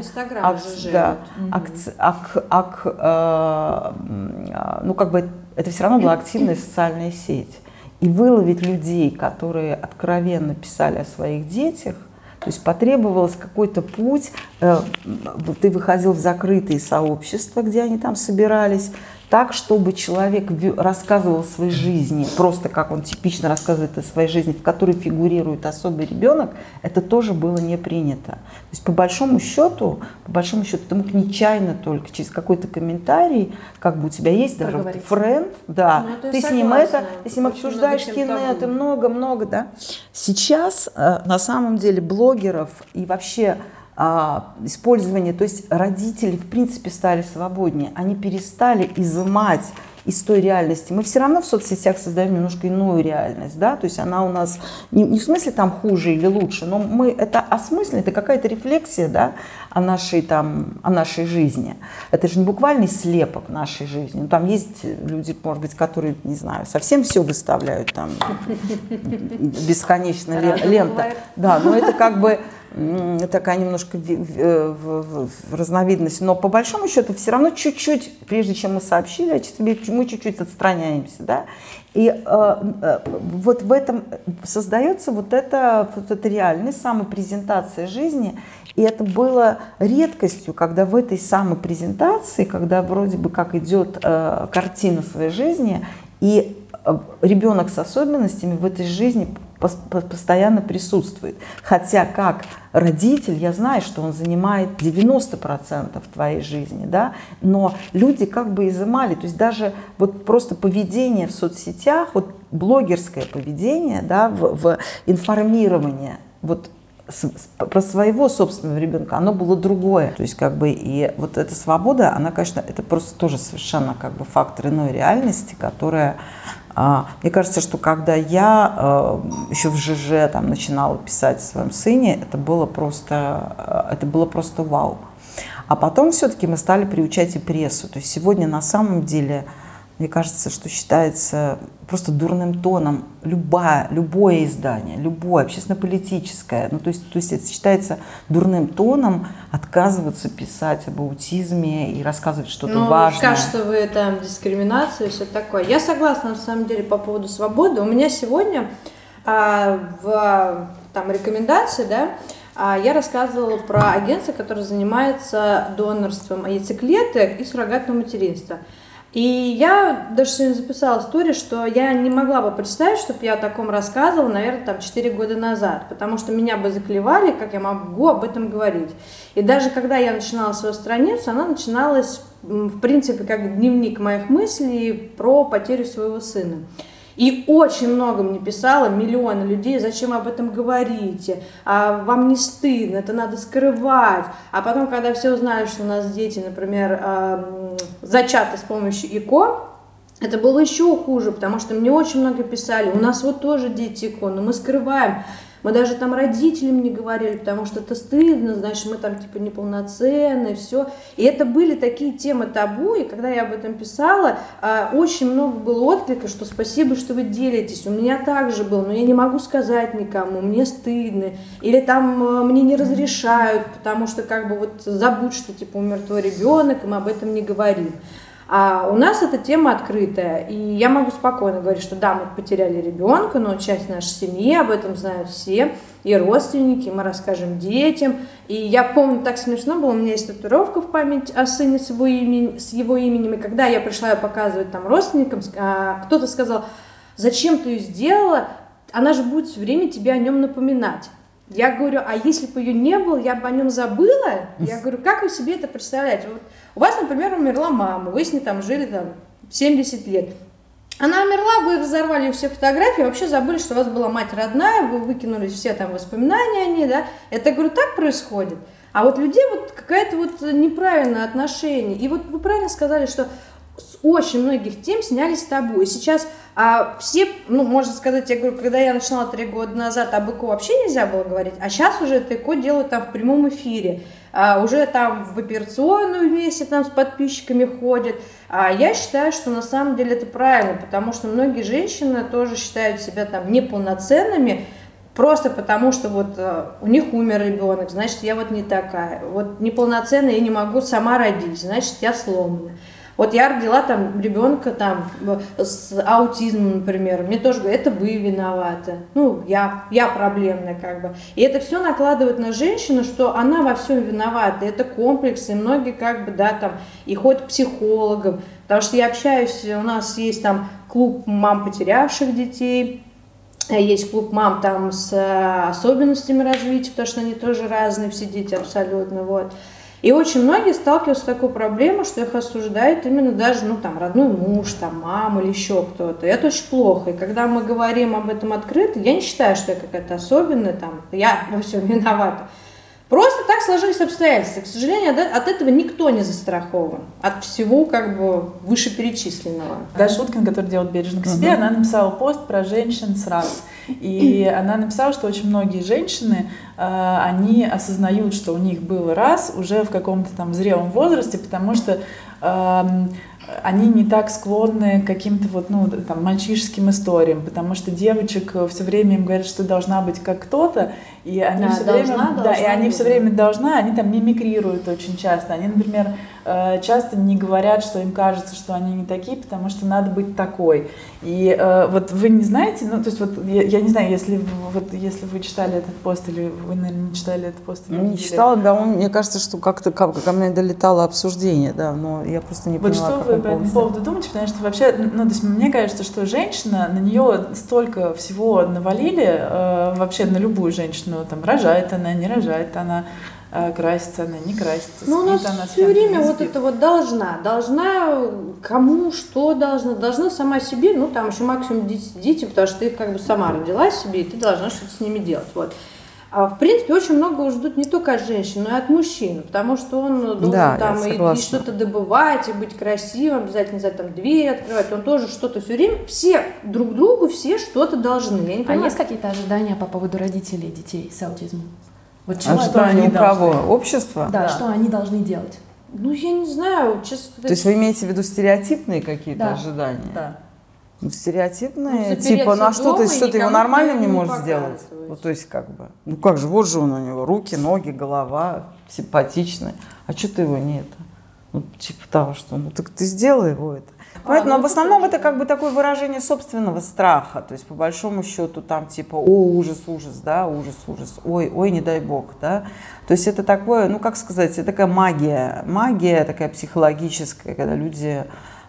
ну, как бы это все равно была активная социальная сеть. И выловить людей, которые откровенно писали о своих детях, То есть потребовалось какой-то путь, э, ты выходил в закрытые сообщества, где они там собирались, так, чтобы человек рассказывал о своей жизни, просто как он типично рассказывает о своей жизни, в которой фигурирует особый ребенок, это тоже было не принято. То есть по большому счету, по большому счету, ты мог нечаянно только через какой-то комментарий, как бы у тебя есть даже вот френд, да, ну, ты с ним это, ты с ним обсуждаешь кино, ты много-много, да. Сейчас на самом деле блогеров и вообще использование, то есть родители в принципе стали свободнее, они перестали изымать из той реальности. Мы все равно в соцсетях создаем немножко иную реальность, да, то есть она у нас не, не в смысле там хуже или лучше, но мы это осмысленно, это какая-то рефлексия, да, о нашей там, о нашей жизни. Это же не буквальный слепок нашей жизни. Ну, там есть люди, может быть, которые, не знаю, совсем все выставляют там бесконечно лента, да, но это как бы такая немножко разновидность, но по большому счету все равно чуть-чуть, прежде чем мы сообщили о себе, мы чуть-чуть отстраняемся, да, и э, вот в этом создается вот эта, вот эта реальность, самопрезентация жизни, и это было редкостью, когда в этой самопрезентации, когда вроде бы как идет э, картина своей жизни, и ребенок с особенностями в этой жизни постоянно присутствует. Хотя как родитель, я знаю, что он занимает девяносто процентов твоей жизни, да, но люди как бы изымали, то есть даже вот просто поведение в соцсетях, вот блогерское поведение, да, в, в информировании, вот с, с, про своего собственного ребенка, оно было другое. То есть как бы и вот эта свобода, она, конечно, это просто тоже совершенно как бы фактор иной реальности, которая... Мне кажется, что когда я еще в ЖЖ там начинала писать о своем сыне, это было просто, это было просто вау. А потом все-таки мы стали приучать и прессу. То есть сегодня на самом деле, мне кажется, что считается просто дурным тоном любое, любое издание, любое общественно-политическое. Ну, то есть, то есть это считается дурным тоном отказываться писать об аутизме и рассказывать что-то ну, важное. Скажешь, что вы там дискриминация и все такое. Я согласна на самом деле по поводу свободы. У меня сегодня а, в там, рекомендации, да, а, я рассказывала про агентство, которое занимается донорством яйцеклеток и суррогатного материнства. И я даже сегодня записала историю, что я не могла бы представить, чтобы я о таком рассказывала, наверное, там четыре года назад, потому что меня бы заклевали, как я могу об этом говорить. И даже когда я начинала свою страницу, она начиналась, в принципе, как дневник моих мыслей про потерю своего сына. И очень много мне писало, миллионы людей, зачем вы об этом говорите, а вам не стыдно, это надо скрывать. А потом, когда все узнали, что у нас дети, например, зачаты с помощью ЭКО, это было еще хуже, потому что мне очень много писали, у нас вот тоже дети ЭКО, но мы скрываем. Мы даже там родителям не говорили, потому что это стыдно, значит, мы там типа неполноценные, все. И это были такие темы табу, и когда я об этом писала, очень много было отклика, что спасибо, что вы делитесь. У меня также было, но я не могу сказать никому, мне стыдно. Или там мне не разрешают, потому что как бы вот забудь, что типа умер твой ребенок, и мы об этом не говорим. А у нас эта тема открытая, и я могу спокойно говорить, что да, мы потеряли ребенка, но часть нашей семьи, об этом знают все, и родственники, мы расскажем детям. И я помню, так смешно было, у меня есть татуировка в память о сыне с его, имен, с его именем, и когда я пришла ее показывать там родственникам, кто-то сказал, зачем ты ее сделала, она же будет все время тебе о нем напоминать. Я говорю, а если бы ее не было, я бы о нем забыла? Я говорю, как вы себе это представляете? Вот у вас, например, умерла мама, вы с ней там жили там семьдесят лет. Она умерла, вы разорвали все фотографии, вообще забыли, что у вас была мать родная, вы выкинули все там воспоминания о ней, да? Это, говорю, так происходит. А вот людей вот какое-то вот неправильное отношение. И вот вы правильно сказали, что с очень многих тем снялись табу. И сейчас а, все, ну, можно сказать, я говорю, когда я начинала три года назад, об ЭКО вообще нельзя было говорить, а сейчас уже это ЭКО делают там в прямом эфире. А, уже там в операционную вместе там с подписчиками ходят. А я считаю, что на самом деле это правильно, потому что многие женщины тоже считают себя там неполноценными, просто потому что вот э, у них умер ребенок, значит, я вот не такая. Вот неполноценная, я не могу сама родить, значит, я сломана. Вот я родила там ребенка там с аутизмом, например, мне тоже говорят, это вы виноваты, ну, я, я проблемная как бы. И это все накладывает на женщину, что она во всем виновата, это комплекс, и многие как бы, да, там, и ходят к психологам, потому что я общаюсь, у нас есть там клуб мам, потерявших детей, есть клуб мам там с особенностями развития, потому что они тоже разные, все дети абсолютно, вот. И очень многие сталкиваются с такой проблемой, что их осуждают именно даже, ну, там, родной муж, там, мама или еще кто-то. И это очень плохо. И когда мы говорим об этом открыто, я не считаю, что я какая-то особенная, там, я во всем виновата. Просто так сложились обстоятельства. К сожалению, от этого никто не застрахован. От всего, как бы, вышеперечисленного. Даша Уткина, которая делает «Бережно к себе», uh-huh. она написала пост про женщин с раз. И она написала, что очень многие женщины, э, они осознают, что у них был раз уже в каком-то там зрелом возрасте, потому что э, они не так склонны к каким-то вот, ну, там, мальчишеским историям, потому что девочек все время им говорят, что ты должна быть как кто-то, и они да, все должна, время, должна, да, и они быть. все время должна, они там мимикрируют очень часто. Они, например, часто не говорят, что им кажется, что они не такие, потому что надо быть такой. И э, вот вы не знаете, ну, то есть вот я, я не знаю, если вот если вы читали этот пост или вы, наверное, не читали этот пост. Или не видели. Читала, да, он, мне кажется, что как-то ко, ко мне долетало обсуждение, да, но я просто не вот поняла, что вы по этому поводу думаете, потому что вообще, ну, то есть мне кажется, что женщина, на нее столько всего навалили, э, вообще на любую женщину, там, рожает она, не рожает она, красится она, не красится. Ну, у нас она, все время вот это вот должна, должна, кому, что должна, должна сама себе, ну, там еще максимум дети, дети, потому что ты их как бы сама родила себе, и ты должна что-то с ними делать, вот. А, в принципе, очень много ждут не только от женщин, но и от мужчин, потому что он должен да, там и, и что-то добывать, и быть красивым, обязательно, не знаю, там, дверь открывать, он тоже что-то все время, все друг другу, все что-то должны. Я не а есть какие-то ожидания по поводу родителей детей с аутизмом? Вот чего, а что они у кого? Общество? Да, да, что они должны делать? Ну, я не знаю, честно. То есть вы имеете в виду стереотипные какие-то да. ожидания? Да. Ну, стереотипные, ну, типа, ну а что ты, что ты его нормально не можешь сделать? Ну, то есть, как бы, ну как же, вот же он у него, руки, ноги, голова, симпатичный. А что ты его не это? Ну, типа того, что, ну так ты сделай его это. Поэтому, а, ну, в основном это как бы такое выражение собственного страха, то есть по большому счету там типа о, ужас, ужас, да, ужас, ужас, ой, ой, не дай бог, да. То есть это такое, ну как сказать, это такая магия, магия такая психологическая, когда люди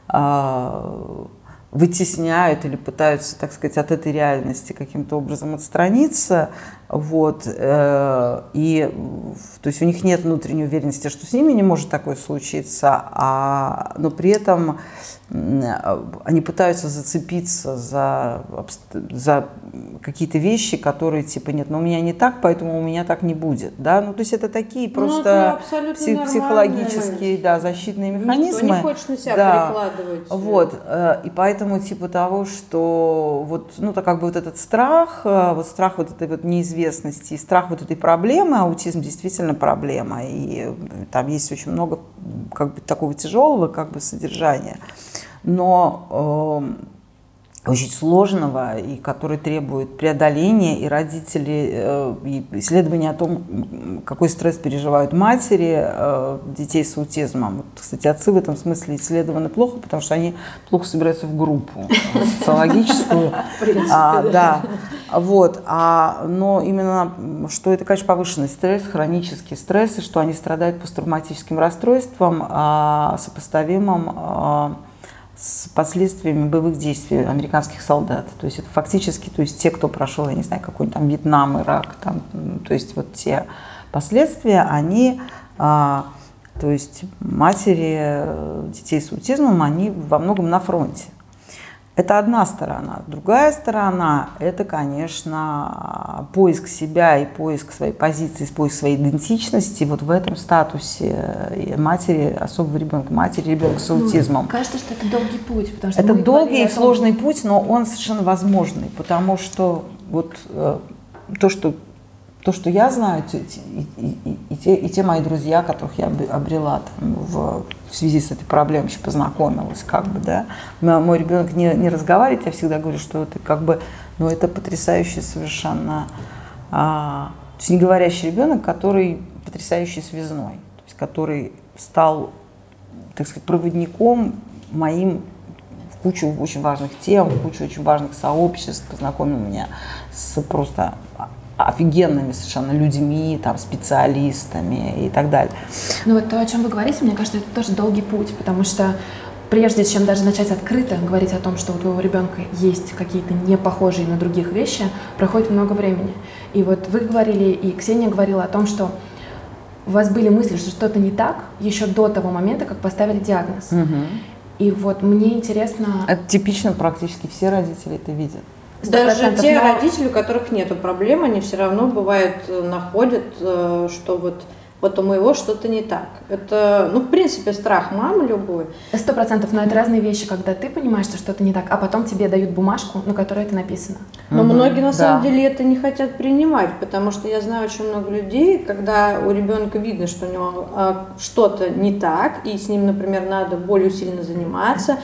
э, вытесняют или пытаются, так сказать, от этой реальности каким-то образом отстраниться, вот, э, и то есть у них нет внутренней уверенности, что с ними не может такое случиться, а, но при этом они пытаются зацепиться за, за какие-то вещи, которые типа нет, ну у меня не так, поэтому у меня так не будет, да, ну то есть это такие просто ну, псих, психологические, да, защитные механизмы. Никто не хочет на себя да, перекладывать. Вот, и поэтому типа того, что вот, ну то как бы вот этот страх, вот страх вот этой вот неизвестности, и страх вот этой проблемы, аутизм действительно проблема, и там есть очень много как бы такого тяжелого как бы содержания, но э, очень сложного, и который требует преодоления, и родители, э, и исследования о том, какой стресс переживают матери э, детей с аутизмом. Вот, кстати, отцы в этом смысле исследованы плохо, потому что они плохо собираются в группу социологическую. Да, вот. Но именно, что это, конечно, повышенный стресс, хронический стресс, и что они страдают посттравматическим расстройством, сопоставимым с последствиями боевых действий американских солдат. То есть это фактически, то есть те, кто прошел, я не знаю, какой-нибудь там Вьетнам, Ирак, там, то есть вот те последствия, они, а, то есть матери детей с аутизмом, они во многом на фронте. Это одна сторона. Другая сторона – это, конечно, поиск себя и поиск своей позиции, поиск своей идентичности вот в этом статусе матери, особого ребенка, матери ребенка с аутизмом. Ну, кажется, что это долгий путь. Потому что это долгий и сложный путь, но он совершенно возможный, потому что вот э, то, что То, что я знаю, и, и, и, и, те, и те мои друзья, которых я обрела там, в, в связи с этой проблемой, еще познакомилась, как бы, да. Мой ребенок не, не разговаривает, я всегда говорю, что это как бы, ну, это потрясающий совершенно, а, то есть не говорящий ребенок, который потрясающий связной, то есть который стал так сказать, проводником моим в кучу очень важных тем, в кучу очень важных сообществ, познакомил меня с просто офигенными совершенно людьми, там, специалистами и так далее. Ну вот то, о чем вы говорите, мне кажется, это тоже долгий путь, потому что прежде чем даже начать открыто говорить о том, что у твоего ребенка есть какие-то не похожие на других вещи, проходит много времени. И вот вы говорили, и Ксения говорила о том, что у вас были мысли, что что-то не так еще до того момента, как поставили диагноз. Угу. И вот мне интересно... Это типично, практически все родители это видят. Даже те но... родители, у которых нету проблем, они все равно, бывает, находят, что вот вот у моего что-то не так. Это, ну, в принципе, страх мамы любой. Сто процентов, но это разные вещи, когда ты понимаешь, что что-то не так, а потом тебе дают бумажку, на которой это написано. Но mm-hmm. многие, на да. самом деле, это не хотят принимать, потому что я знаю очень много людей, когда у ребенка видно, что у него а, что-то не так, и с ним, например, надо более усиленно заниматься,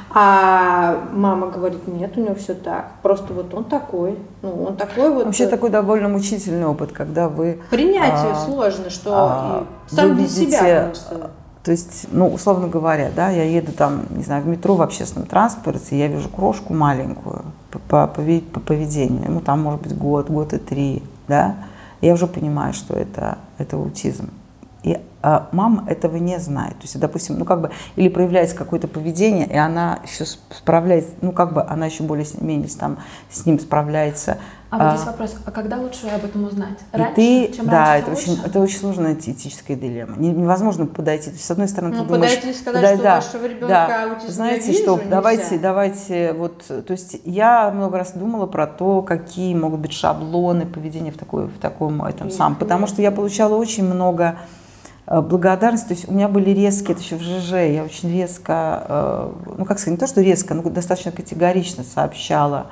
а мама говорит, нет, у него все так, просто вот он такой, ну, он такой вот. Вообще такой довольно мучительный опыт, когда вы... Принятие а, сложно, что а, и сам для видите, себя просто. То есть, ну, условно говоря, да, я еду там, не знаю, в метро, в общественном транспорте, я вижу крошку маленькую по, по, по поведению, ему там может быть год, год и три, да, и я уже понимаю, что это, это аутизм. И а, мама этого не знает. То есть, допустим, ну как бы, или проявляется какое-то поведение, и она еще справляется, ну как бы, она еще более-менее там с ним справляется. А, а вот здесь вопрос, а когда лучше об этом узнать? Раньше, ты, чем да, раньше, это лучше? очень, это очень сложная этическая дилемма. Невозможно подойти. То есть, с одной стороны, ну, ты думаешь... подойти и сказать, да, что да, вашего ребенка да. аутизм Знаете, я вижу, что, нельзя. давайте, давайте, вот, то есть я много раз думала про то, какие могут быть шаблоны поведения в, такой, в таком этом самом, потому что я получала очень много благодарность, то есть у меня были резкие, это еще в ЖЖ, я очень резко, ну как сказать, не то, что резко, но достаточно категорично сообщала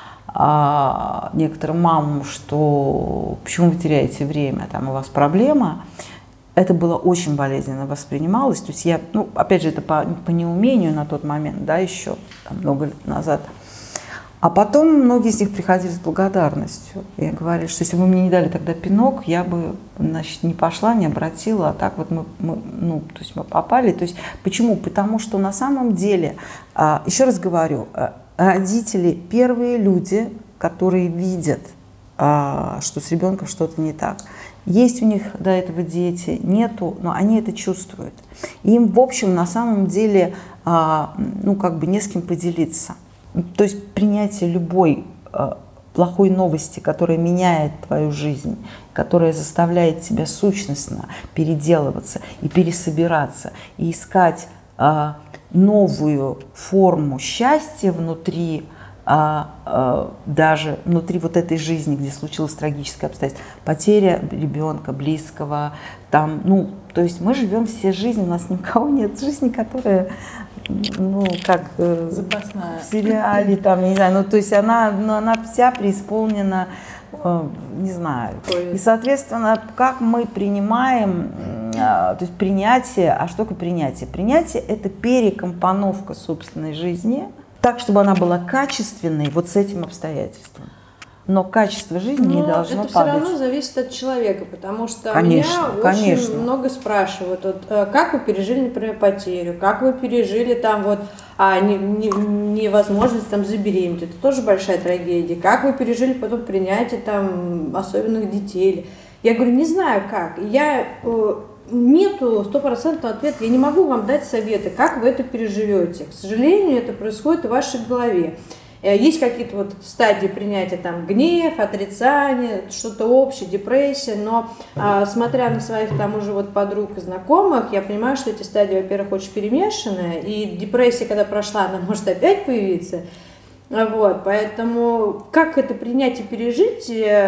а, некоторым мамам, что почему вы теряете время, там у вас проблема. Это было очень болезненно воспринималось, то есть я, ну опять же, это по, по неумению на тот момент, да, еще там, много лет назад. А потом многие из них приходили с благодарностью и говорили, что если бы вы мне не дали тогда пинок, я бы, значит, не пошла, не обратила, а так вот мы, мы, ну, то есть мы попали. То есть почему? Потому что на самом деле, еще раз говорю, родители – первые люди, которые видят, что с ребенком что-то не так. Есть у них до этого дети, нету, но они это чувствуют. Им, в общем, на самом деле, ну, как бы не с кем поделиться. То есть принятие любой э, плохой новости, которая меняет твою жизнь, которая заставляет тебя сущностно переделываться и пересобираться, и искать э, новую форму счастья внутри, э, э, даже внутри вот этой жизни, где случилось трагическое обстоятельство, потеря ребенка, близкого, там, ну, то есть мы живем все жизни, у нас ни у кого нет жизни, которая... ну, как э, запасная. В сериале, там, не знаю, ну, то есть она, ну, она вся преисполнена, э, не знаю. И, соответственно, как мы принимаем, э, то есть принятие, а что такое принятие? Принятие – это перекомпоновка собственной жизни так, чтобы она была качественной вот с этим обстоятельством. Но качество жизни Но не должно это падать. все равно зависит от человека, потому что конечно, меня конечно. очень много спрашивают, вот, как вы пережили, например, потерю, как вы пережили там вот а, не, не, невозможность там забеременеть, это тоже большая трагедия, как вы пережили потом принятие там особенных детей. Я говорю, не знаю как, я... Нету стопроцентного ответа, я не могу вам дать советы, как вы это переживете. К сожалению, это происходит в вашей голове. Есть какие-то вот стадии принятия, там, гнев, отрицание, что-то общее, депрессия, но а, смотря на своих там уже вот подруг и знакомых, я понимаю, что эти стадии, во-первых, очень перемешанные, и депрессия, когда прошла, она может опять появиться. Вот, поэтому как это принять и пережить,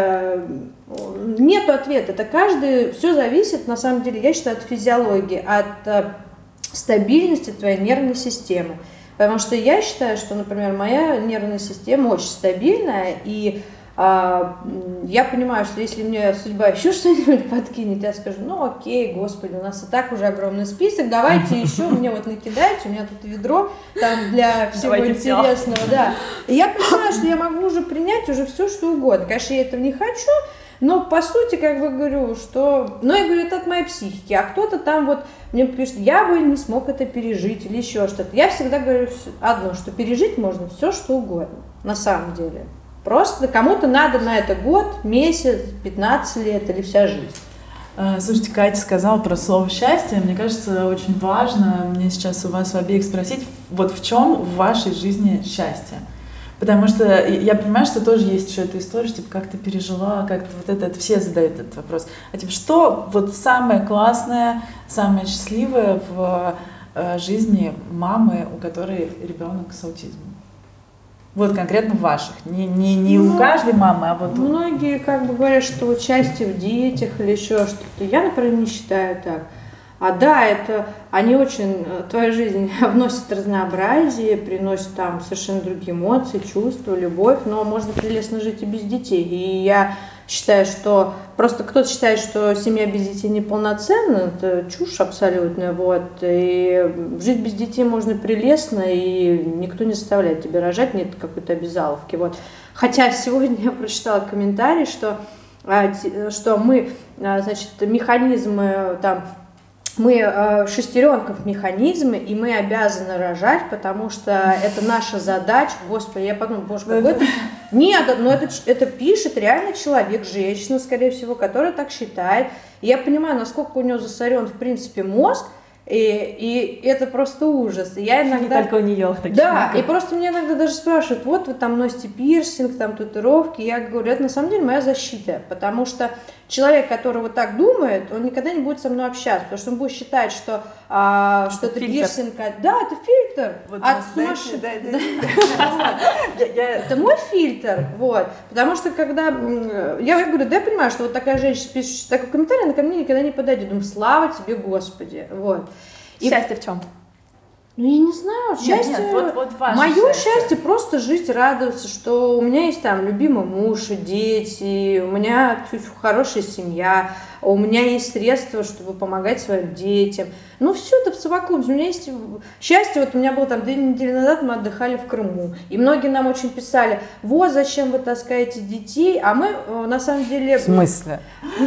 нету ответа. Это каждый, все зависит, на самом деле, я считаю, от физиологии, от стабильности твоей нервной системы. Потому что я считаю, что, например, моя нервная система очень стабильная, и а, я понимаю, что если мне судьба еще что-нибудь подкинет, я скажу, ну окей, господи, у нас и так уже огромный список, давайте еще мне вот накидайте, у меня тут ведро там для всего давайте интересного, все. Да. И я понимаю, что я могу уже принять уже все, что угодно. Конечно, я этого не хочу, Но по сути, как бы говорю, что... Ну, я говорю, это от моей психики. А кто-то там вот мне пишет, я бы не смог это пережить или еще что-то. Я всегда говорю одно, что пережить можно все, что угодно, на самом деле. Просто кому-то надо на это год, месяц, пятнадцать лет или вся жизнь. Слушайте, Катя сказала про слово «счастье». Мне кажется, очень важно мне сейчас у вас у обеих спросить, вот в чем в вашей жизни счастье? Потому что я понимаю, что тоже есть еще эта история, что типа, как ты пережила, как ты вот это, это все задают этот вопрос. А типа, что вот самое классное, самое счастливое в э, жизни мамы, у которой ребенок с аутизмом? Вот конкретно в ваших, не, не, не ну, у каждой мамы, а вот... Многие как бы говорят, что вот счастье в детях или еще что-то. Я, например, не считаю так. А да, это они очень в твою жизнь вносят разнообразие, приносят там совершенно другие эмоции, чувства, любовь, но можно прелестно жить и без детей. И я считаю, что просто кто-то считает, что семья без детей неполноценна, это чушь абсолютная, вот. И жить без детей можно прелестно, и никто не заставляет тебя рожать, нет какой-то обязаловки, вот. Хотя сегодня я прочитала комментарий, что, что мы, значит, механизмы там, мы э, шестеренка в механизме, и мы обязаны рожать, потому что это наша задача. Господи, я подумала, боже, какой это... Нет, но это, это пишет реально человек, женщина, скорее всего, которая так считает. И я понимаю, насколько у нее засорен, в принципе, мозг, и, и это просто ужас. И я иногда... Не только у нее. Да, и просто мне иногда даже спрашивают, вот вы там носите пирсинг, там татуировки. Я говорю, это на самом деле моя защита, потому что человек, который вот так думает, он никогда не будет со мной общаться, потому что он будет считать, что, а, что это пирсинг. Да, это фильтр. Вот от сумасшедшего. Да, да, да. Это мой фильтр, вот. Потому что когда... Я говорю, да, я понимаю, что вот такая женщина пишет такой комментарий, она ко мне никогда не подойдет. Думаю, слава тебе, Господи. Вот. И... Счастье в чем? Ну, я не знаю, счастье, нет, нет, вот, вот мое счастье. счастье просто жить, радоваться, что у меня есть там любимый муж, дети, у меня хорошая семья, у меня есть средства, чтобы помогать своим детям. Ну, все это в совокупности. У меня есть счастье, вот у меня было там две недели назад, мы отдыхали в Крыму, и многие нам очень писали, вот зачем вы таскаете детей, а мы на самом деле... В смысле?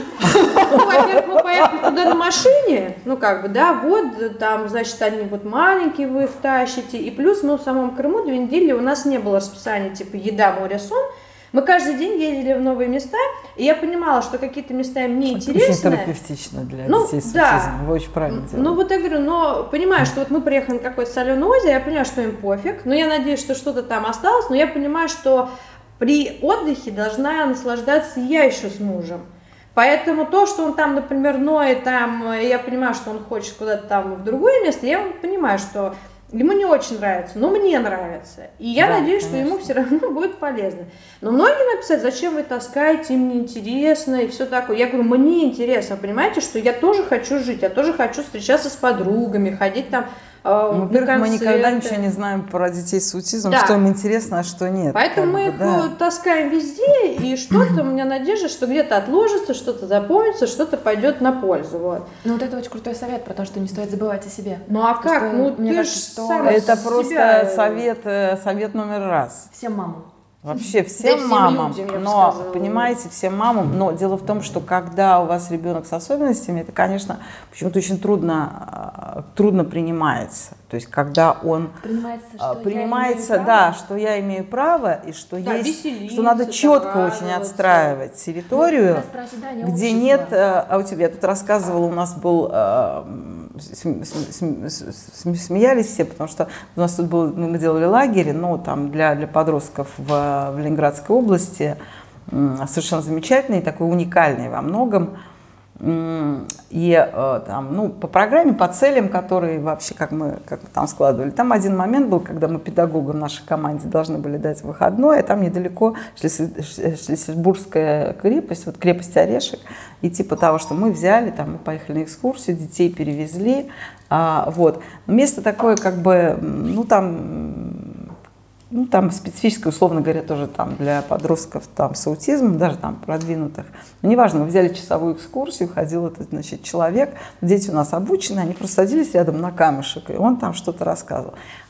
Ну, во-первых, мы поехали туда на машине, ну, как бы, да, вот, там, значит, они вот маленькие, вы их тащите, и плюс мы в самом Крыму две недели, у нас не было расписания, типа, еда, море, сон, мы каждый день ездили в новые места, и я понимала, что какие-то места мне интересны. Очень терапевтично для ну, детей с да. аутизмом, вы очень правильно делаете. Ну, вот я говорю, но понимаю, что вот мы приехали на какое-то соленое озеро, я понимаю, что им пофиг, но я надеюсь, что что-то там осталось, но я понимаю, что при отдыхе должна наслаждаться я еще с мужем. Поэтому то, что он там, например, ноет, там, я понимаю, что он хочет куда-то там в другое место, я понимаю, что ему не очень нравится, но мне нравится. И я да, надеюсь, конечно. Что ему все равно будет полезно. Но многие написали, зачем вы таскаете, им неинтересно и все такое. Я говорю, мне интересно, понимаете, что я тоже хочу жить, я тоже хочу встречаться с подругами, ходить там э, ну, во-первых, мы никогда ничего не знаем про детей с аутизмом, да. Что им интересно, а что нет. Поэтому мы бы, их да. таскаем везде, и что-то у меня надежда, что где-то отложится, что-то запомнится, что-то пойдет на пользу. Вот. Ну вот это очень крутой совет про то, что не стоит забывать о себе. Ну а как? Что, ну, мне ты кажется, что это просто себя... совет, совет номер раз. Всем мамам. Вообще всем, да всем мамам, людям, но сказала. Понимаете, всем мамам, но дело в том, что когда у вас ребенок с особенностями, это, конечно, почему-то очень трудно, трудно принимается. То есть, когда он принимается, что, принимается, я да, что я имею право и что да, есть, что надо четко очень отстраивать территорию, где нет, а у тебя, я тут рассказывала, у нас был смеялись все, потому что у нас тут был, мы делали лагерь, но там для, для подростков в, в Ленинградской области, совершенно замечательный, такой уникальный во многом. И там, ну, по программе, по целям, которые вообще, как мы, как мы там складывали, там один момент был, когда мы педагогам нашей команде должны были дать выходной, а там недалеко Шлиссельбургская крепость, вот крепость Орешек, и типа того, что мы взяли, там, мы поехали на экскурсию, детей перевезли, а, вот. Место такое, как бы, ну, там... Ну, там специфическое, условно говоря, тоже там для подростков там, с аутизмом, даже там продвинутых. Но неважно, мы взяли часовую экскурсию, ходил этот, значит, человек, дети у нас обучены, они просто садились рядом на камешек, и он там что-то рассказывал.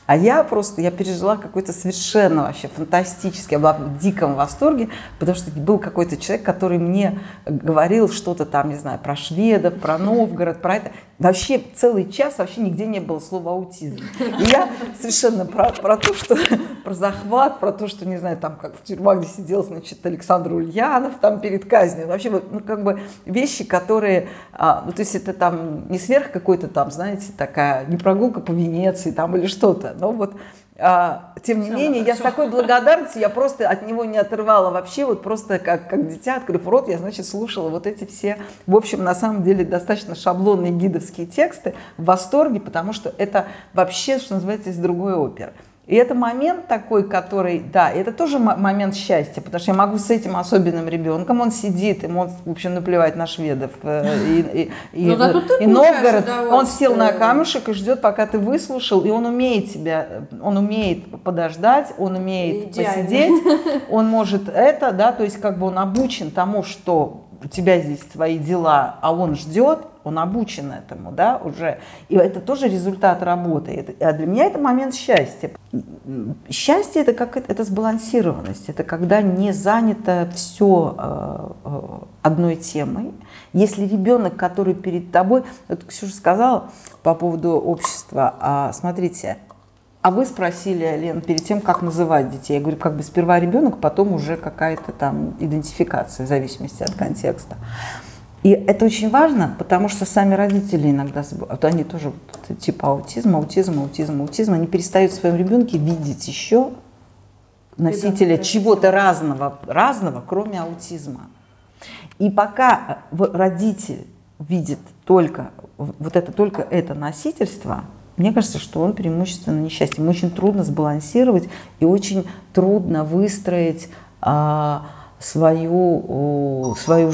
А я просто, я пережила какой-то совершенно вообще фантастический, я была в диком восторге, потому что был какой-то человек, который мне говорил что-то там, не знаю, про шведов, про Новгород, про это. Вообще целый час вообще нигде не было слова аутизм. И я совершенно про, про то, что, про захват, про то, что, не знаю, там как в тюрьмах, где сидел, значит, Александр Ульянов там перед казнью. Вообще, ну, как бы вещи, которые, а, ну, то есть это там не сверх какой-то там, знаете, такая, не прогулка по Венеции там или что-то, но вот, а, тем не Все менее, я с такой благодарностью, я просто от него не отрывала вообще, вот просто как, как дитя, открыв рот, я, значит, слушала вот эти все, в общем, на самом деле, достаточно шаблонные гидовские тексты в восторге, потому что это вообще, что называется, из другой оперы. И это момент такой, который, да, это тоже момент счастья, потому что я могу с этим особенным ребенком, он сидит, ему, в общем, наплевать на шведов и, и, и, и Новгород, он сел на камушек и ждет, пока ты выслушал, и он умеет тебя, он умеет подождать, он умеет Идеально. посидеть, он может это, да, то есть как бы он обучен тому, что у тебя здесь свои дела, а он ждет, он обучен этому, да, уже. И это тоже результат работы. А для меня это момент счастья. Счастье – это как это сбалансированность. Это когда не занято все э, одной темой. Если ребенок, который перед тобой… Вот Ксюша сказала по поводу общества. А, смотрите, а вы спросили, Лен, перед тем, как называть детей. Я говорю, как бы сперва ребенок, потом уже какая-то там идентификация, в зависимости от контекста. И это очень важно, потому что сами родители иногда забывают, они тоже типа аутизм, аутизм, аутизм, аутизм, они перестают в своем ребенке видеть еще носителя чего-то разного, разного, кроме аутизма. И пока родитель видит только вот это, только это носительство, мне кажется, что он преимущественно несчастье. Ему очень трудно сбалансировать и очень трудно выстроить а, свою, свою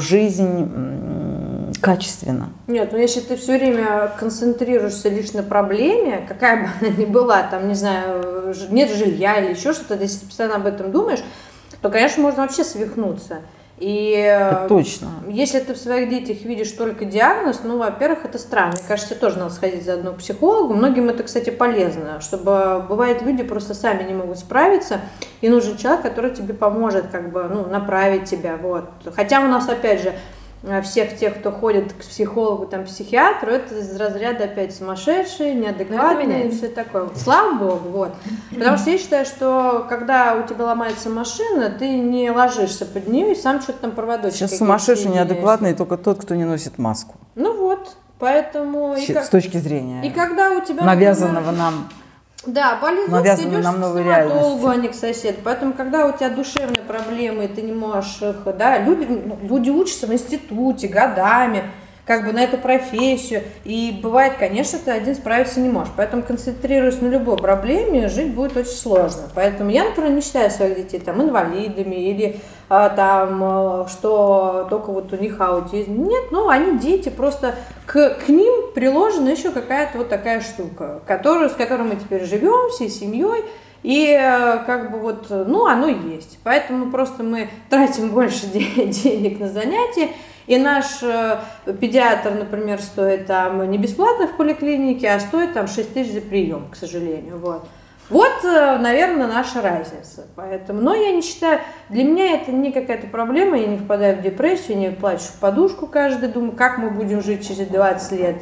жизнь качественно. Нет, ну если ты все время концентрируешься лишь на проблеме, какая бы она ни была, там, не знаю, нет жилья или еще что-то, если ты постоянно об этом думаешь, то, конечно, можно вообще свихнуться. И это точно. Если ты в своих детях видишь только диагноз, ну, во-первых, это странно. Мне кажется, тебе тоже надо сходить заодно к психологу. Многим это, кстати, полезно, чтобы, бывает, люди просто сами не могут справиться, и нужен человек, который тебе поможет, как бы, ну, направить тебя, вот. Хотя у нас, опять же, всех тех, кто ходит к психологу, там, психиатру, это из разряда опять сумасшедшие, неадекватные и все такое. Слава богу, вот. Потому что я считаю, что когда у тебя ломается машина, ты не ложишься под нее и сам что-то там проводочек. Сейчас сумасшедший, неадекватный только тот, кто не носит маску. Ну вот, поэтому... С, и как... с точки зрения и когда у тебя, навязанного например, нам... Да, болит зуб, ты идешь к стоматологу, а не к соседу. Поэтому, когда у тебя душевные проблемы, и ты не можешь их, да, люди, люди учатся в институте годами, как бы на эту профессию, и бывает, конечно, ты один справиться не можешь. Поэтому, концентрируясь на любой проблеме, жить будет очень сложно. Поэтому я, например, не считаю своих детей там инвалидами или а, там, что только вот у них аутизм. Нет, ну, они дети, просто к, к ним приложена еще какая-то вот такая штука, которую, с которой мы теперь живем всей семьей. И как бы вот, ну, оно есть. Поэтому просто мы тратим больше денег на занятия. И наш э, педиатр, например, стоит там не бесплатно в поликлинике, а стоит там шесть тысяч за прием, к сожалению. Вот, вот э, наверное, наша разница. Поэтому, но я не считаю, для меня это не какая-то проблема, я не впадаю в депрессию, не плачу в подушку каждый, думаю, как мы будем жить через двадцать лет.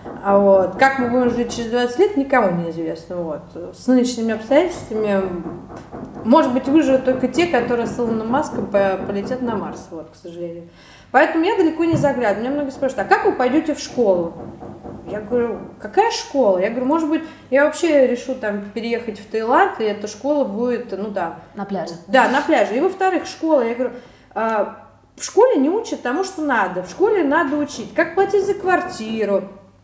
А вот, как мы будем жить через двадцать лет, никому не известно. Вот. С нынешними обстоятельствами, может быть, выживут только те, которые с Илоном Маском полетят на Марс, вот, к сожалению. Поэтому я далеко не заглядываю. Меня многие спрашивают, а как вы пойдете в школу? Я говорю, какая школа? Я говорю, может быть, я вообще решу там переехать в Таиланд, и эта школа будет, ну да. На пляже. Да, на пляже. И во-вторых, школа. Я говорю, а, в школе не учат тому, что надо. В школе надо учить, как платить за квартиру,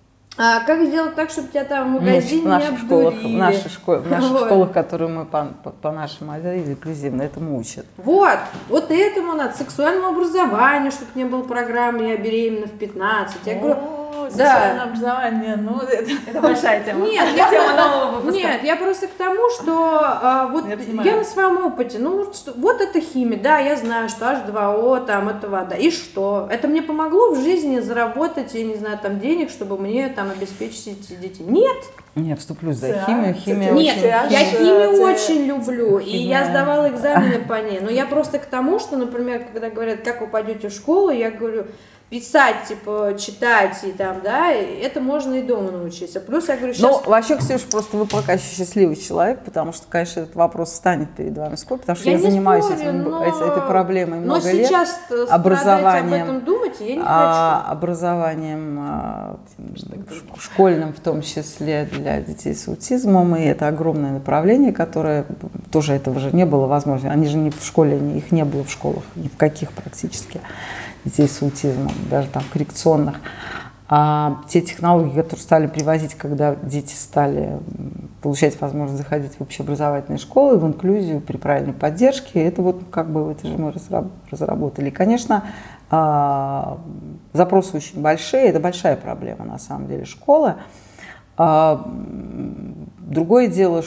а как сделать так, чтобы тебя там в магазине в наших не школах, обдурили. в наших, школ, в наших вот. школах, которые мы по, по, по нашему отделу инклюзивно, этому учат. Вот, вот этому надо, сексуальному образованию, чтобы не было программы «Я беременна в пятнадцать». Я говорю, Ну, Да. сексуальное образование, ну, это, Это большая тема. Нет, я, Тема нового выпуска. нет, я просто к тому, что а, вот Я я, понимаю. на своем опыте, ну вот, что- вот это химия, да, я знаю, что эйч два о, там, это вода, и что? Это мне помогло в жизни заработать, я не знаю, там, денег, чтобы мне там обеспечить этих детей? Нет, Я вступлюсь за Да, химию. кстати, Химия нет, очень... очень- я Аж, химию э, очень люблю, и я Химия. сдавала экзамены по ней, но я просто к тому, что, например, когда говорят, как вы пойдете в школу, я говорю, писать, типа, читать и там, да, и это можно и дома научиться. Плюс я говорю, сейчас... Ну, вообще, Ксюш, просто вы пока еще счастливый человек, потому что, конечно, этот вопрос станет перед вами скоро, потому что я, Я не занимаюсь спорю, этим, но- этой, этой проблемой Но много лет. сейчас страдать об образованием, этом думать я не хочу. а, образованием а, ш- школьным, в том числе для детей с аутизмом, и это огромное направление, которое тоже этого же не было возможно. Они же не в школе, не- их не было в школах, ни в каких практически детей с аутизмом, даже там коррекционных. А те технологии, которые стали привозить, когда дети стали м, получать возможность заходить в общеобразовательные школы, в инклюзию при правильной поддержке, это вот как бы это же мы разраб- разработали. И, конечно, а, запросы очень большие, это большая проблема на самом деле школы. А, м, другое дело,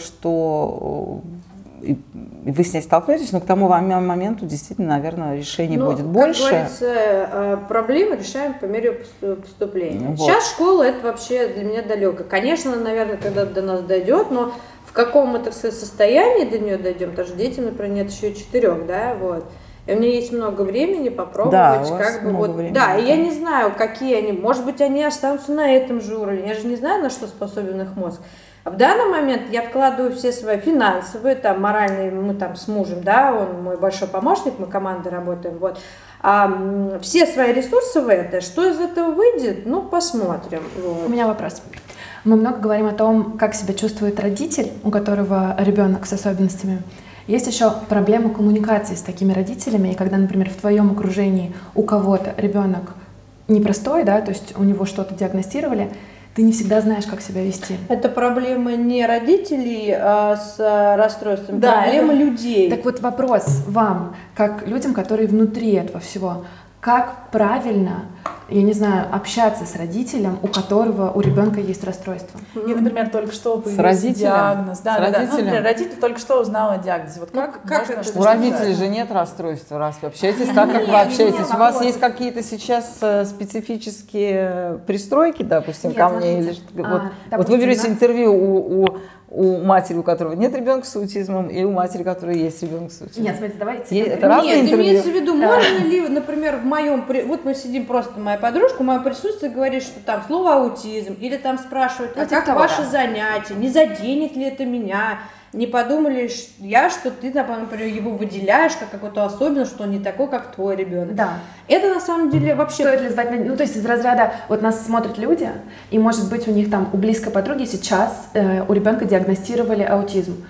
что и и вы с ней столкнетесь, но к тому мом- моменту действительно, наверное, решений Ну, будет как больше. говорится, э, проблемы решаем по мере посту- поступления. Ну, вот. Сейчас школа это вообще для меня далеко. Конечно, наверное, когда до нас дойдет, но в каком мы, так сказать, состоянии до нее дойдем, потому что детям, например, нет еще и четырех, да, вот. И у меня есть много времени попробовать, Да, у вас как бы много вот, времени, да, и я да. не знаю, какие они, может быть, они останутся на этом же уровне, я же не знаю, на что способен их мозг. А в данный момент я вкладываю все свои финансовые, там, моральные, мы там с мужем, да, он мой большой помощник, мы командой работаем, вот, а, м, все свои ресурсы в это, что из этого выйдет, ну, посмотрим. Вот. У меня вопрос. Мы много говорим о том, как себя чувствует родитель, у которого ребенок с особенностями. Есть еще проблема коммуникации с такими родителями, и когда, например, в твоем окружении у кого-то ребенок непростой, да, то есть у него что-то диагностировали, ты не всегда знаешь, как себя вести. Это проблема не родителей а, с а, расстройством, Да, проблема это- людей. Так вот вопрос вам, как людям, которые внутри этого всего, как правильно, я не знаю, общаться с родителем, у которого у ребенка есть расстройство? И, например, только что появился родителем? диагноз. Да, С да, да. Ну, родителем? например, родитель только что узнал о диагнозе. Вот Ну, как, как можно это? что-то У родителей сказать? же нет расстройства, раз вы общаетесь так, как вы Нет, общаетесь. нет, У вас вопрос. есть какие-то сейчас э, специфические пристройки, допустим, Нет, ко мне? смотрите, Или что- а, вот, вот допустим, вы берете у нас- интервью у, у, у матери, у которой нет ребенка с аутизмом, и у матери, у которой есть ребенок с аутизмом. Нет, смотрите, давайте. Е- конкретно. это разные Нет, интервью? имеется в виду, можно ли, например, в моем, при- вот мы сидим просто, моя подружка, в моем присутствии говорит, что там слово аутизм, или там спрашивает, а Ну, типа как того, ваши да. занятия, не заденет ли это меня, не подумали ли ш- я, что ты, например, его выделяешь как какой-то особенный, что он не такой, как твой ребенок. Да. Это на самом деле вообще... Стоит ли звать на... Ну, то есть из разряда, вот нас смотрят люди, и, может быть, у них там, у близкой подруги сейчас э, у ребенка диагностировали аутизм.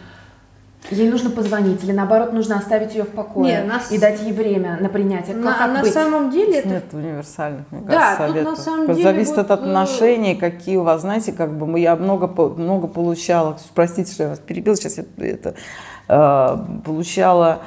Ей нужно позвонить, или наоборот, нужно оставить ее в покое Не, нас- и дать ей время на принятие. Как, на, как на быть? самом деле это Нет универсальных, мне Да, кажется, тут на советов. самом Просто деле зависит вот, от э, отношений, какие у вас, знаете, как бы мы- я много, по- много получала, простите, что я вас перебила, сейчас я это, э, получала,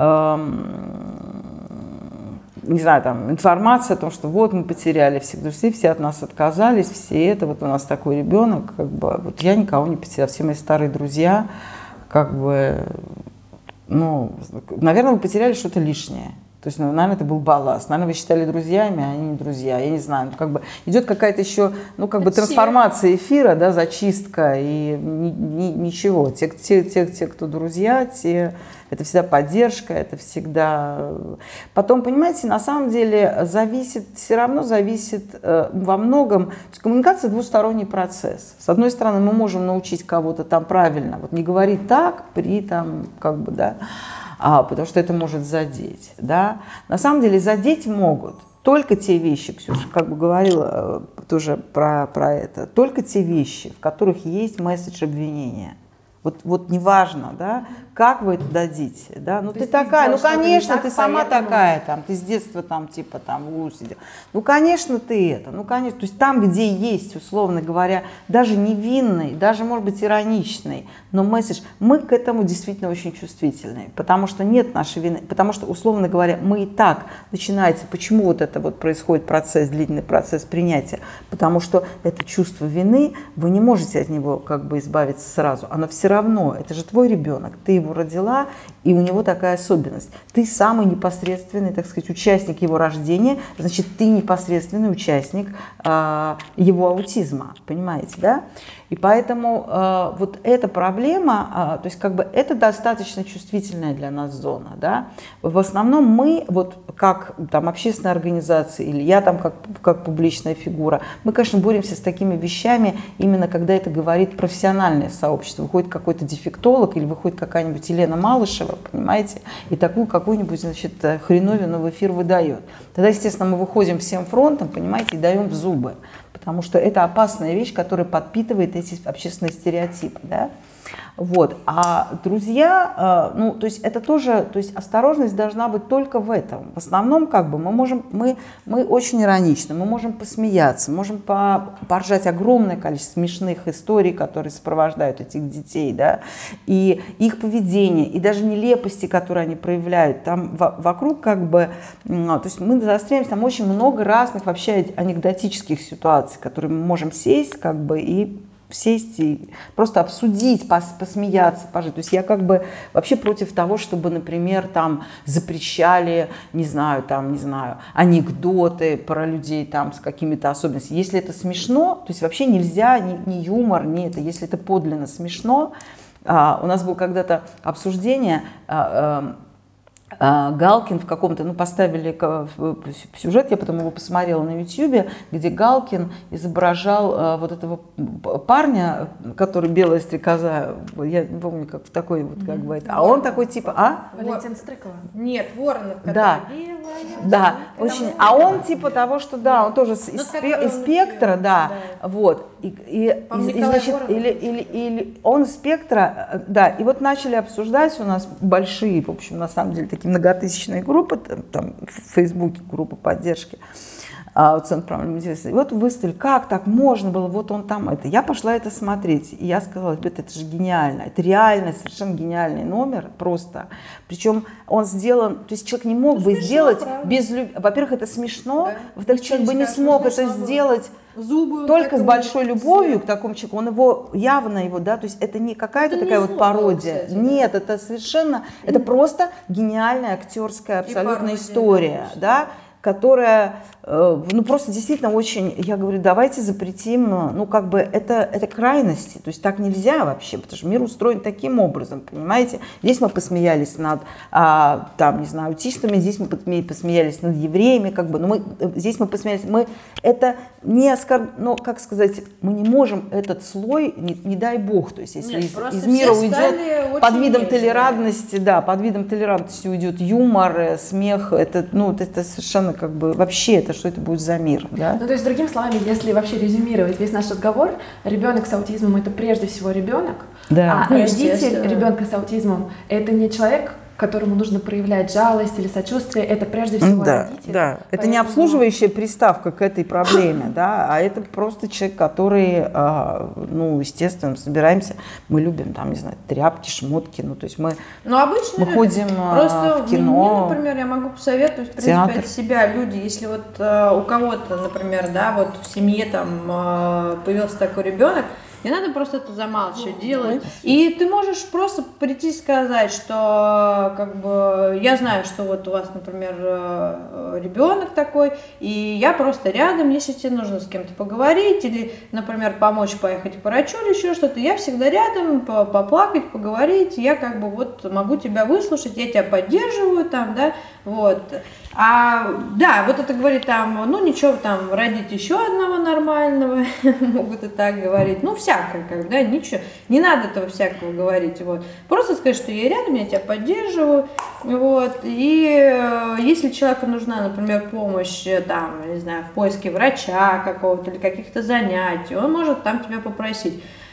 эм, не знаю, там, информация о том, что вот мы потеряли всех друзей, все от нас отказались, все это, вот у нас такой ребенок, как бы, вот я никого не потеряла, все мои старые друзья, как бы, ну, наверное, вы потеряли что-то лишнее. То есть, ну, наверное, это был балласт. Наверное, вы считали друзьями, а они не друзья. Я не знаю. Ну, как бы идет какая-то еще, ну, как бы Это трансформация эфира, да, зачистка и ни- ни- ничего. Те, те, те, те, кто друзья, те, это всегда поддержка, это всегда. Потом, понимаете, на самом деле зависит, все равно зависит э, во многом. То есть коммуникация двусторонний процесс. С одной стороны, мы можем научить кого-то там правильно, вот не говорить так при там, как бы, да. А, потому что это может задеть, да. На самом деле задеть могут только те вещи, Ксюша, как бы говорила э, тоже про, про это, только те вещи, в которых есть месседж обвинения. Вот, вот неважно, да, как вы это дадите, да, ну То ты есть такая, ты ну сделал конечно, что-то ты не так, сама поэтому- такая, там, ты с детства там, типа, там, в углу сидела. Ну, конечно, ты это, ну, конечно, то есть там, где есть, условно говоря, даже невинный, даже, может быть, ироничный, но месседж, мы к этому действительно очень чувствительны, потому что нет нашей вины, потому что, условно говоря, мы и так, начинается, почему вот это вот происходит процесс, длительный процесс принятия, потому что это чувство вины, вы не можете от него как бы избавиться сразу, оно все равно, это же твой ребенок, ты его родила, и у него такая особенность. Ты самый непосредственный, так сказать, участник его рождения, значит, ты непосредственный участник э, его аутизма, понимаете, да? И поэтому э, вот эта проблема, э, то есть как бы это достаточно чувствительная для нас зона, да? В основном мы, вот как там общественная организация или я там как, как публичная фигура, мы, конечно, боремся с такими вещами именно когда это говорит профессиональное сообщество. Выходит какой-то дефектолог или выходит какая-нибудь Елена Малышева, понимаете, и такую какую-нибудь, значит, хреновину в эфир выдает. Тогда, естественно, мы выходим всем фронтом, понимаете, и даем в зубы. Потому что это опасная вещь, которая подпитывает эти общественные стереотипы, да? Вот. А друзья, ну, то есть это тоже, то есть осторожность должна быть только в этом. В основном, как бы, мы можем, мы, мы очень ироничны, мы можем посмеяться, можем по, поржать огромное количество смешных историй, которые сопровождают этих детей, да, и их поведение, и даже нелепости, которые они проявляют. Там вокруг, как бы, то есть мы заостряемся, там очень много разных вообще анекдотических ситуаций, которые мы можем сесть, как бы, и сесть и просто обсудить, пос, посмеяться, пожить. То есть я как бы вообще против того, чтобы, например, там запрещали, не знаю, там, не знаю, анекдоты про людей там с какими-то особенностями. Если это смешно, то есть вообще нельзя ни, ни юмор, ни это, если это подлинно смешно. А, у нас было когда-то обсуждение, а, а, Галкин в каком-то, ну, поставили сюжет, я потом его посмотрела на Ютьюбе, где Галкин изображал э, вот этого парня, который белая стрекоза, я не помню, как в такой вот, как бы это, а он такой типа, а? Валентин Стрыкова. Нет, Воронов, да. белая. Да, очень, а он типа того, что да, он тоже из, спе- из спектра, да, да, вот, и, и, и, и значит, или, или, или он из спектра, да, и вот начали обсуждать у нас большие, в общем, на самом деле, такие многотысячные группы, там, там в Фейсбуке группа поддержки, а, Центр проблем интереса. И вот выставили, как так можно было, вот он там это. Я пошла это смотреть, и я сказала, ребята, это же гениально, это реально совершенно гениальный номер, просто. Причем он сделан, то есть человек не мог ну, бы смешно, сделать правда. Без любви. Во-первых, это смешно, да. Во-вторых, человек бы не смог это было. Сделать Зубы только с большой любовью к такому человеку. Он его, явно его, да, то есть это не какая-то это такая не вот пародия. Кстати, Нет, да. это совершенно, это просто гениальная актерская абсолютно история, да, которая, ну, просто действительно очень, я говорю, давайте запретим, ну, как бы, это, это крайности, то есть так нельзя вообще, потому что мир устроен таким образом, понимаете? Здесь мы посмеялись над, а, там, не знаю, аутистами, здесь мы посмеялись над евреями, как бы, но мы, здесь мы посмеялись, мы, это не оскорб... ну, как сказать, мы не можем этот слой, не, не дай бог, то есть если Нет, из, из мира уйдет под видом нежные. толерантности, да, под видом толерантности уйдет юмор, смех, это, ну, это совершенно как бы вообще это что это будет за мир, да? Ну то есть другими словами, если вообще резюмировать весь наш разговор, ребенок с аутизмом это прежде всего ребенок, да. а родитель ребенка с аутизмом это не человек, которому нужно проявлять жалость или сочувствие, это прежде всего да, родитель. Да, это Поэтому... не обслуживающая приставка к этой проблеме, да, а это просто человек, который, ну, естественно, собираемся, мы любим, там, не знаю, тряпки, шмотки, ну, то есть мы, ну, обычно мы ходим просто в кино, мне, например, я могу посоветовать, в принципе, театр. От себя люди, если вот у кого-то, например, да, вот в семье там появился такой ребенок, не надо просто это замалчивать, ну, делать. И ты можешь просто прийти и сказать, что как бы я знаю, что вот у вас, например, ребенок такой, и я просто рядом, если тебе нужно с кем-то поговорить, или, например, помочь поехать к врачу или еще что-то, я всегда рядом, поплакать, поговорить, я как бы вот могу тебя выслушать, я тебя поддерживаю там, да, вот. А, да, вот это говорит там, ну ничего, там родить еще одного нормального, могут и так говорить, ну всякое, как, да, ничего, не надо этого всякого говорить, вот. Просто сказать, что я рядом, я тебя поддерживаю, вот, и э, если человеку нужна, например, помощь, там, не знаю, в поиске врача какого-то или каких-то занятий, он может там тебя попросить.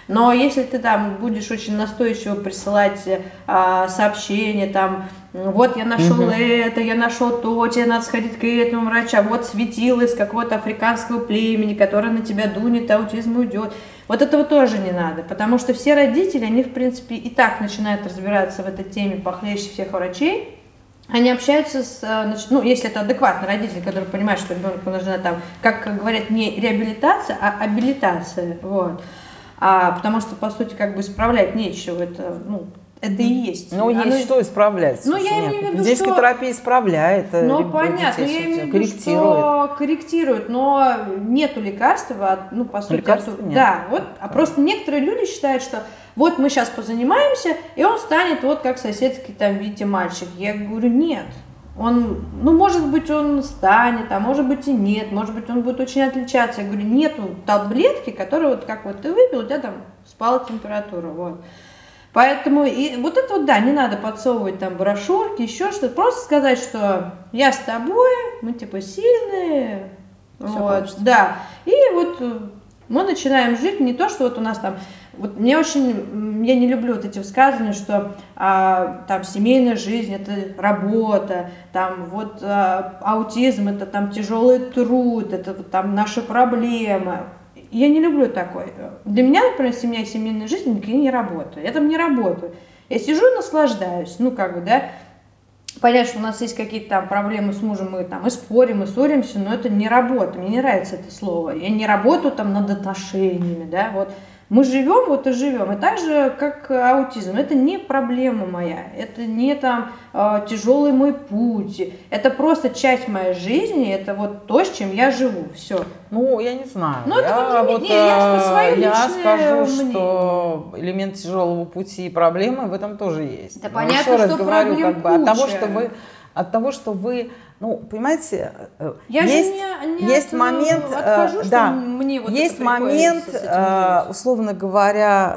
Но если ты там будешь очень настойчиво присылать а, сообщения, там, вот я нашел угу. это, я нашел то, тебе надо сходить к этому врачу, вот светило из какого-то африканского племени, которое на тебя дунет, аутизм уйдет. Вот этого тоже не надо, потому что все родители, они, в принципе, и так начинают разбираться в этой теме похлеще всех врачей. Они общаются с, ну, если это адекватный родитель, который понимает, что ребенку нужна там, как говорят, не реабилитация, а абилитация, вот. А, потому что, по сути, как бы исправлять нечего, это, ну, это и есть. Ну, есть Оно... что исправлять. Ну, я имею в виду, детская что... терапия исправляет. Ну, понятно, я имею в виду, что корректирует, но нету лекарства, ну, по сути. Лекарства нет. Да, вот, а просто некоторые люди считают, что вот мы сейчас позанимаемся, и он станет вот как соседский там Витя мальчик. Я говорю, нет. Он, ну, может быть, он станет, а может быть и нет, может быть, он будет очень отличаться. Я говорю, нету таблетки, которая вот как вот ты выпил, у тебя там спала температура, вот. Поэтому, и вот это вот, да, не надо подсовывать там брошюрки, еще что-то, просто сказать, что я с тобой, мы типа сильные, Все вот, получится. Да, и вот мы начинаем жить, не то, что вот у нас там, вот мне очень, я не люблю вот эти высказывания, что а, там семейная жизнь это работа, там вот а, аутизм это там тяжелый труд, это вот, там наша проблема. Я не люблю такой. Для меня, например, семья и семейная жизнь никогда не работает. Я там не работаю. Я сижу и наслаждаюсь. Ну, как бы, да. Понятно, что у нас есть какие-то там проблемы с мужем, мы там и спорим, и ссоримся, но это не работа. Мне не нравится это слово. Я не работаю там над отношениями, да, вот. Мы живем, вот и живем. И так же, как аутизм, это не проблема моя, это не там э, тяжелый мой путь, это просто часть моей жизни, это вот то, с чем я живу, все. Ну, я не знаю. Ну, я, это вот, вот, не, я, свое я скажу, мнение. что элемент тяжелого пути и проблемы в этом тоже есть. Да, Но понятно, еще раз что говорю, проблем как бы, от того, куча. что вы, от того, что вы, ну, понимаете, я есть, же не, не есть от, момент, отхожу, что да, мне вот есть это момент, условно говоря,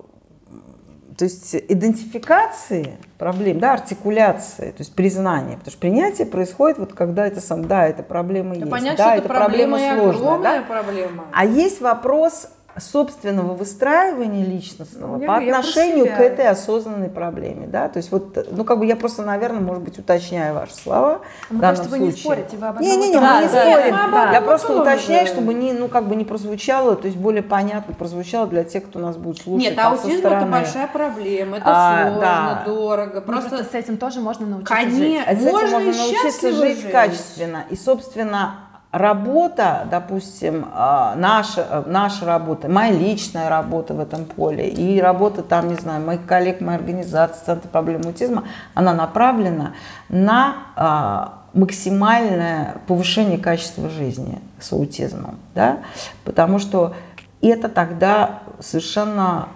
то есть идентификации проблем, да, артикуляции, то есть признания, потому что принятие происходит вот когда это сам, да, это проблема да, есть, понятно, да, что это проблема, проблема сложная, да? Проблема. А есть вопрос собственного выстраивания личностного я, по я отношению к этой осознанной проблеме, да, то есть вот, ну как бы я просто, наверное, может быть, уточняю ваши слова в данном кажется, случае. вы не спорите, вы об одном не, не, не, да, мы не да, спорим, да, да, я да. просто тоже. уточняю, чтобы не, ну как бы не прозвучало, то есть более понятно прозвучало для тех, кто нас будет слушать. Нет, там, аутизм это большая проблема, это а, сложно, да. дорого, Просто... просто с этим тоже можно научиться Конечно, жить. с этим можно, можно научиться жить жить качественно, и, собственно, работа, допустим, наша, наша работа, моя личная работа в этом поле и работа там, не знаю, моих коллег, моей организации, Центра проблем аутизма, она направлена на максимальное повышение качества жизни с аутизмом, да? Потому что это тогда совершенно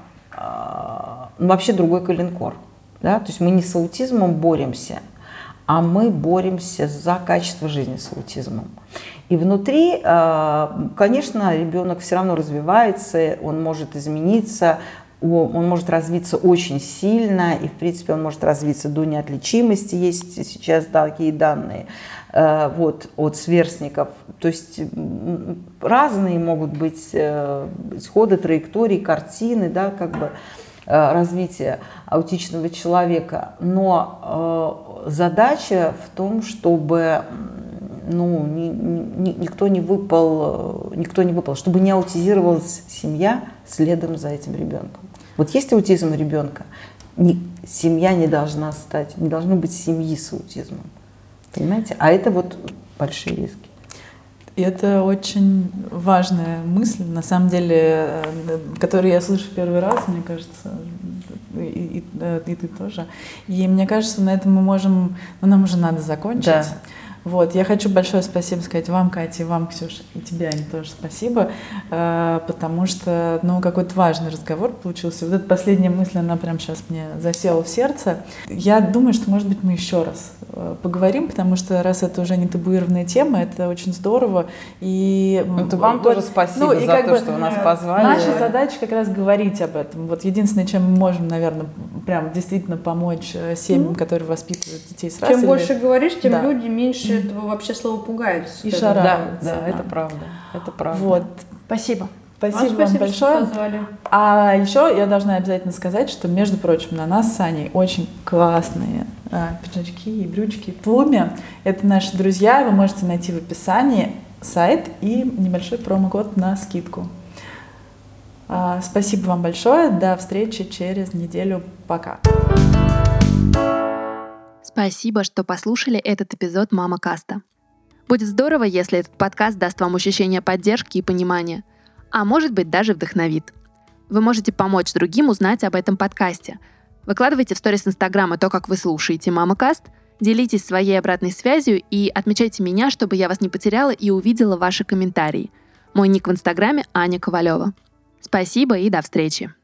вообще другой коленкор, да? То есть мы не с аутизмом боремся, а мы боремся за качество жизни с аутизмом. И внутри, конечно, ребенок все равно развивается, он может измениться, он может развиться очень сильно, и, в принципе, он может развиться до неотличимости, есть сейчас такие данные вот, от сверстников. То есть разные могут быть исходы, траектории, картины, да, как бы развития аутичного человека. Но задача в том, чтобы ну, ни, ни, никто не выпал, никто не выпал, чтобы не аутизировалась семья следом за этим ребенком. Вот есть аутизм у ребенка, не, семья не должна стать, не должно быть семьи с аутизмом. Понимаете? А это вот большие риски. И это очень важная мысль, на самом деле, которую я слышу в первый раз, мне кажется, и, и, и ты тоже. И мне кажется, на этом мы можем, ну, нам уже надо закончить. Да. Вот, я хочу большое спасибо сказать вам, Катя, и вам, Ксюша, и тебе, Аня, тоже спасибо, потому что, ну, какой-то важный разговор получился. Вот эта последняя мысль, она прям сейчас мне засела в сердце. Я думаю, что, может быть, мы еще раз поговорим, потому что, раз это уже не табуированная тема, это очень здорово. И это вам вот, тоже спасибо, ну, за то, бы, что вы нас позвали. Наша задача как раз говорить об этом. Вот единственное, чем мы можем, наверное, прям действительно помочь семьям, mm-hmm. которые воспитывают детей с расой. Чем больше говоришь, тем да. люди меньше этого вообще слова пугаются. И шарахаются. Да, да, это правда. Это правда. Вот. Спасибо. Спасибо, вам спасибо, вам большое. Что позвали. А еще я должна обязательно сказать, что, между прочим, на нас с Аней очень классные а, пиджачки и брючки Плуме. Это наши друзья, вы можете найти в описании сайт и небольшой промокод на скидку. А, спасибо вам большое, до встречи через неделю, пока. Спасибо, что послушали этот эпизод Мама Каста. Будет здорово, если этот подкаст даст вам ощущение поддержки и понимания, а может быть даже вдохновит. Вы можете помочь другим узнать об этом подкасте. Выкладывайте в сторис Инстаграма то, как вы слушаете Мама Каст, делитесь своей обратной связью и отмечайте меня, чтобы я вас не потеряла и увидела ваши комментарии. Мой ник в Инстаграме Аня Ковалева. Спасибо и до встречи.